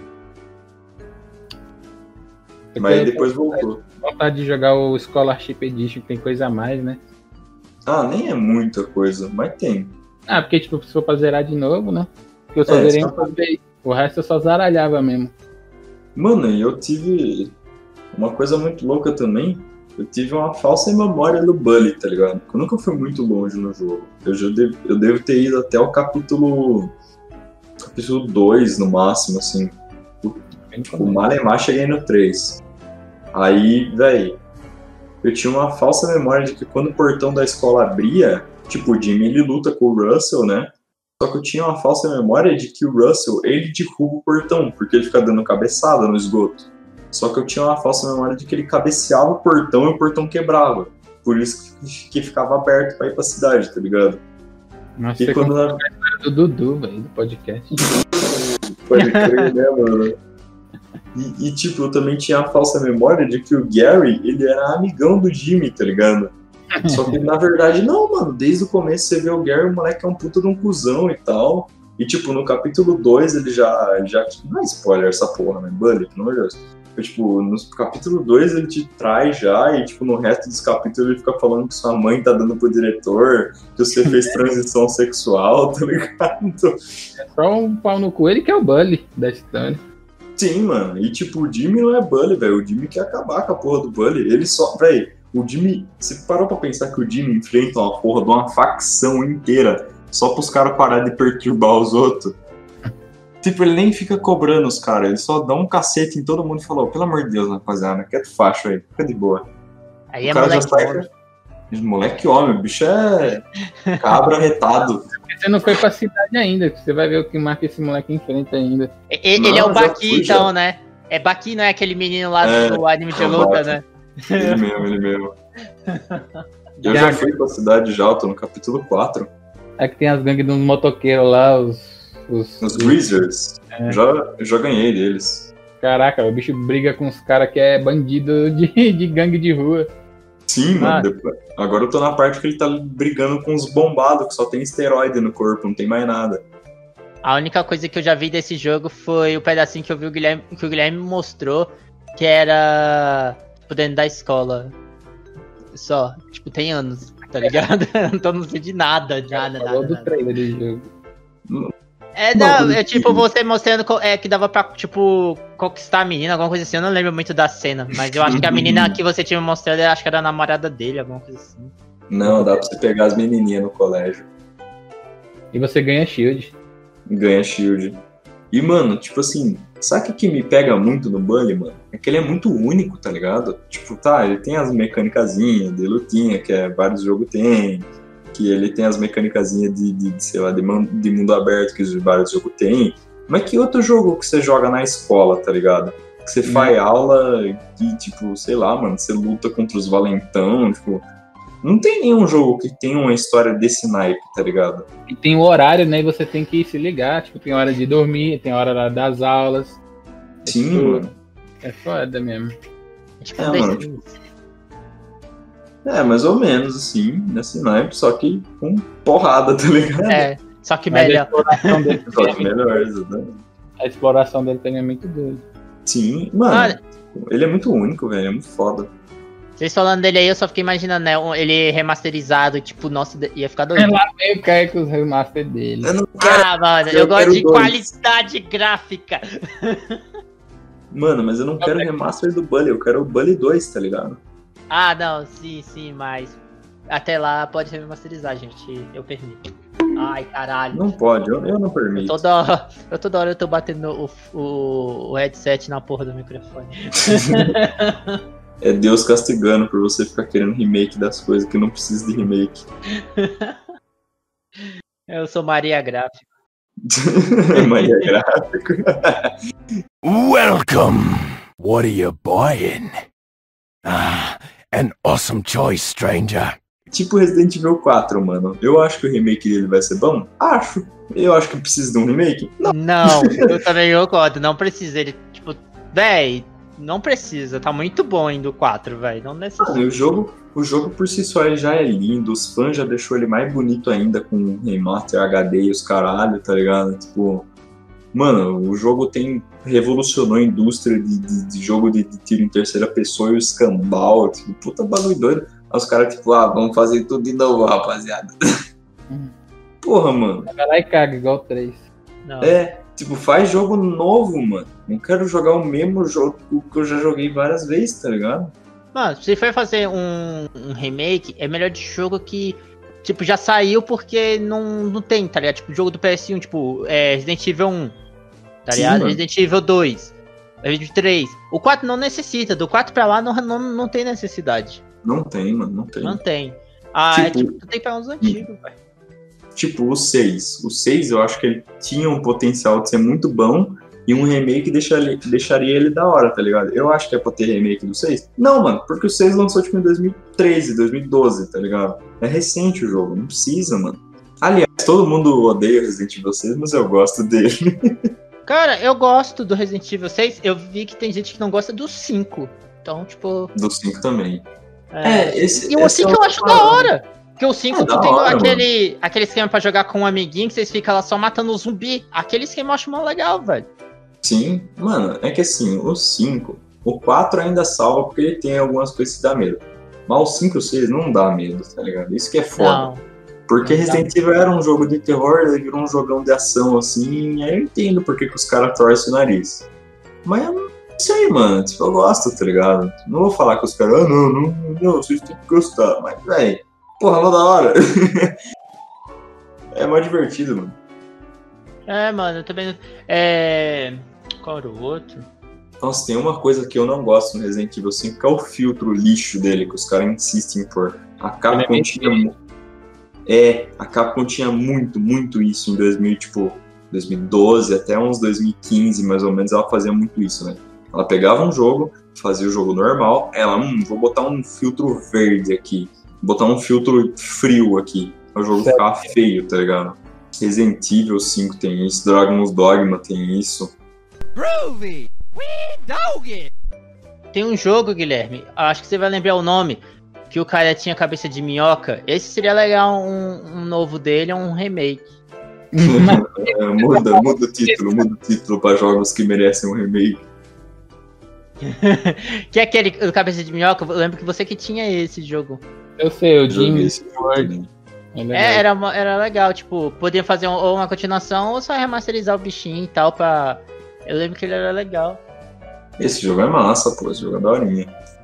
Mas aí depois voltou. Vontade de jogar o Scholarship Edition, que tem coisa a mais, né? Ah, nem é muita coisa, mas tem. Ah, porque, tipo, se for pra zerar de novo, né? Porque eu só É, zerei só uma vez. O resto eu só zaralhava mesmo. Mano, e eu tive uma coisa muito louca também. Eu tive uma falsa memória do Bully, tá ligado? Eu nunca fui muito longe no jogo. Eu devo ter ido até o capítulo 2, no máximo, assim. O Malemar cheguei no 3. Aí, véi, eu tinha uma falsa memória de que quando o portão da escola abria, tipo, o Jimmy ele luta com o Russell, né? Só que eu tinha uma falsa memória de que o Russell, ele derruba o portão, porque ele fica dando cabeçada no esgoto. Só que eu tinha uma falsa memória de que ele cabeceava o portão e o portão quebrava. Por isso que ficava aberto pra ir pra cidade, tá ligado? Nossa, E você quando contou a história do Dudu, velho, do podcast. Pode crer, né, mano? E, tipo, eu também tinha a falsa memória de que o Gary, ele era amigão do Jimmy, tá ligado? Só que, na verdade, não, mano. Desde o começo você vê o Gary, o moleque é um puta de um cuzão e tal. E, tipo, no capítulo 2, ele já não é spoiler essa porra, né? Bully, pelo amor de Deus. Tipo, no capítulo 2 ele te traz já, e tipo, no resto dos capítulos ele fica falando que sua mãe tá dando pro diretor, que você fez transição sexual, tá ligado? É só um pau no cu, ele que é o Bully da história. Sim, mano. E tipo, o Jimmy não é Bully, velho. O Jimmy quer acabar com a porra do Bully. Ele só, velho, o Jimmy, você parou pra pensar que o Jimmy enfrenta uma porra de uma facção inteira só pros caras pararem de perturbar os outros? Tipo, ele nem fica cobrando os caras, ele só dá um cacete em todo mundo e falou, pelo amor de Deus, rapaziada, quieto facho aí, fica de boa. Aí o é cara moleque já sai... homem. Moleque homem, o bicho é cabra retado. Você não foi pra cidade ainda, você vai ver o que marca esse moleque em frente ainda. Ele é o já Baki, fui, então, já. né? É Baki, não é aquele menino lá É, do anime de é o luta, Baki. né? Ele mesmo. Eu já fui pra cidade já, eu tô no capítulo 4. É que tem as gangues dos motoqueiros lá, Os Greasers. Já ganhei deles. Caraca, o bicho briga com os caras que é bandido de gangue de rua. Sim, mano. Agora eu tô na parte que ele tá brigando com os bombados, que só tem esteroide no corpo, não tem mais nada. A única coisa que eu já vi desse jogo foi o pedacinho que eu vi que o Guilherme mostrou, que era tipo, dentro da escola. Só, tipo, tem anos, tá ligado? Então não sei de nada, nada. Do trailer do jogo. É tipo você mostrando que dava pra, tipo, conquistar a menina, alguma coisa assim. Eu não lembro muito da cena, mas eu acho que a menina que você tinha mostrado, eu acho que era a namorada dele, alguma coisa assim. Não, dá pra você pegar as menininhas no colégio. E você ganha shield. Ganha shield. E, mano, tipo assim, sabe o que me pega muito no Bully, mano? É que ele é muito único, tá ligado? Tipo, tá, ele tem as mecânicazinhas de lutinha, que vários jogos tem. Que ele tem as mecânicazinhas sei lá, de mundo aberto que vários jogos tem. Mas que outro jogo que você joga na escola, tá ligado? Que você faz aula e, tipo, sei lá, mano, você luta contra os valentão, tipo... Não tem nenhum jogo que tenha uma história desse naipe, tá ligado? E tem o horário, né? E você tem que se ligar. Tipo, tem hora de dormir, tem hora lá das aulas. Sim, tipo, mano. É foda mesmo. Tipo, Mano, mais ou menos, assim, nesse naipe, só que com porrada, tá ligado? Só que Mas melhor. A exploração dele, Só que melhor, exatamente. a exploração dele também é muito doida. Sim, mano, ele é muito único, velho, é muito foda. Vocês falando dele aí, eu só fiquei imaginando, né? Ele remasterizado, tipo, nossa, ia ficar doido. Lá veio o Caio com os remaster dele. Eu não quero... Mano, eu gosto de dois. qualidade gráfica. Mano, mas eu não quero remaster do Bully, eu quero o Bully 2, tá ligado? Ah, não, sim, mas até lá pode remasterizar, gente. Eu permito. Ai, caralho. Não pode, eu não permito. Toda hora eu tô batendo o headset na porra do microfone. É Deus castigando por você ficar querendo remake das coisas que não precisa de remake. Eu sou Maria Gráfica. Maria Gráfica. Welcome. What are you buying? An awesome choice, stranger. Tipo Resident Evil 4, mano. Eu acho que o remake dele vai ser bom? Acho. Eu acho que precisa de um remake? Não, eu também concordo. Não precisa. Ele, tipo, véi, não precisa. Tá muito bom ainda o 4, véi. Não necessita. O jogo por si só ele já é lindo. Os fãs já deixou ele mais bonito ainda com remaster HD e os caralho, tá ligado? Tipo... Mano, o jogo revolucionou a indústria de jogo de tiro em terceira pessoa e o escambau, tipo, puta bagulho doido. Aí os caras, tipo, vamos fazer tudo de novo, rapaziada. Porra, mano. Vai lá e caga, igual o 3. Não. Tipo, faz jogo novo, mano. Não quero jogar o mesmo jogo que eu já joguei várias vezes, tá ligado? Mano, se for fazer um remake, é melhor de jogo que, tipo, já saiu porque não tem, tá ligado? Tipo, jogo do PS1, tipo, Resident Evil 1, tá ligado? Mano. Resident Evil 2, Resident Evil 3. O 4 não necessita, do 4 pra lá não tem necessidade. Não tem, mano, não tem. Não tem. Tu tem pra uns antigos, velho. Tipo, o 6. O 6 eu acho que ele tinha um potencial de ser muito bom E um remake deixaria ele da hora, tá ligado? Eu acho que é pra ter remake do 6. Não, mano, porque o 6 lançou tipo em 2013, 2012, tá ligado? É recente o jogo, não precisa, mano. Aliás, todo mundo odeia Resident Evil 6, mas eu gosto dele. Cara, eu gosto do Resident Evil 6. Eu vi que tem gente que não gosta do 5. Então, tipo... Do 5 também. E o 5 eu acho da hora. Porque o 5 tu tem hora, aquele esquema pra jogar com um amiguinho que vocês ficam lá só matando o zumbi. Aquele esquema eu acho mó legal, velho. Sim, mano, é que assim, o 5, o 4 ainda salva porque ele tem algumas coisas que dá medo. Mas o 5 e o 6 não dá medo, tá ligado? Isso que é foda. Não. Porque Resident Evil era um jogo de terror, ele virou um jogão de ação, assim, e aí eu entendo porque que os caras torcem o nariz. Mas eu não sei, mano, tipo, eu gosto, tá ligado? Não vou falar que os caras, não, vocês têm que gostar, mas, velho, porra, não da hora. É mais divertido, mano. Mano, eu também... Qual era o outro? Nossa, tem uma coisa que eu não gosto no Resident Evil 5, que é o filtro lixo dele, que os caras insistem em pôr. A Capcom tinha muito isso em 2012 até uns 2015, mais ou menos, ela fazia muito isso, né? Ela pegava um jogo, fazia o jogo normal, ela, vou botar um filtro verde aqui, vou botar um filtro frio aqui, o jogo ficava feio, tá ligado? Resident Evil 5 tem isso, Dragon's Dogma tem isso. Groovy! Dog! Tem um jogo, Guilherme, acho que você vai lembrar o nome, que o cara tinha cabeça de minhoca. Esse seria legal, um novo dele, um remake. Muda o título pra jogos que merecem um remake. Que é aquele do cabeça de minhoca, eu lembro que você que tinha esse jogo. Eu sei, o Jimmy Sword. Era legal, tipo, podia fazer ou uma continuação ou só remasterizar o bichinho e tal pra... Eu lembro que ele era legal. Esse jogo é massa, pô, esse jogo é daorinha.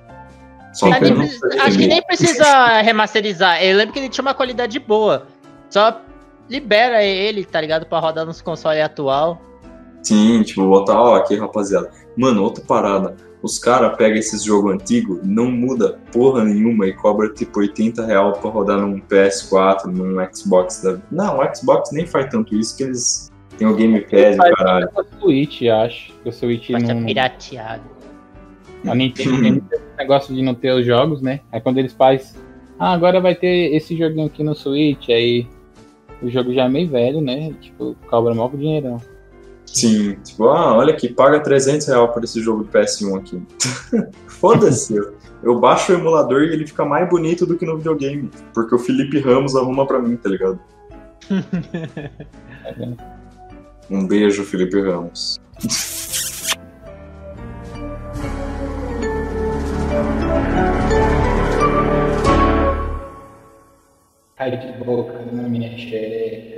Acho que nem precisa remasterizar. Eu lembro que ele tinha uma qualidade boa. Só libera ele, tá ligado? Pra rodar nos consoles atual. Sim, tipo, botar, ó, aqui, rapaziada. Mano, outra parada. Os caras pegam esses jogos antigos, não muda porra nenhuma e cobra tipo R$80 pra rodar num PS4, num Xbox. Não, o Xbox nem faz tanto isso, que eles têm o Game Pass e caralho. O Switch, acho. O Switch Vai não... ser pirateado. A Nintendo tem esse negócio de não ter os jogos, né? Aí quando eles fazem, agora vai ter esse joguinho aqui no Switch, aí o jogo já é meio velho, né? Tipo, cobra mal com dinheirão. Sim, tipo, olha aqui, paga R$300 por esse jogo de PS1 aqui. Foda-se, eu baixo o emulador e ele fica mais bonito do que no videogame, porque o Felipe Ramos arruma pra mim, tá ligado? Um beijo, Felipe Ramos. Cai de boca na minha xereca.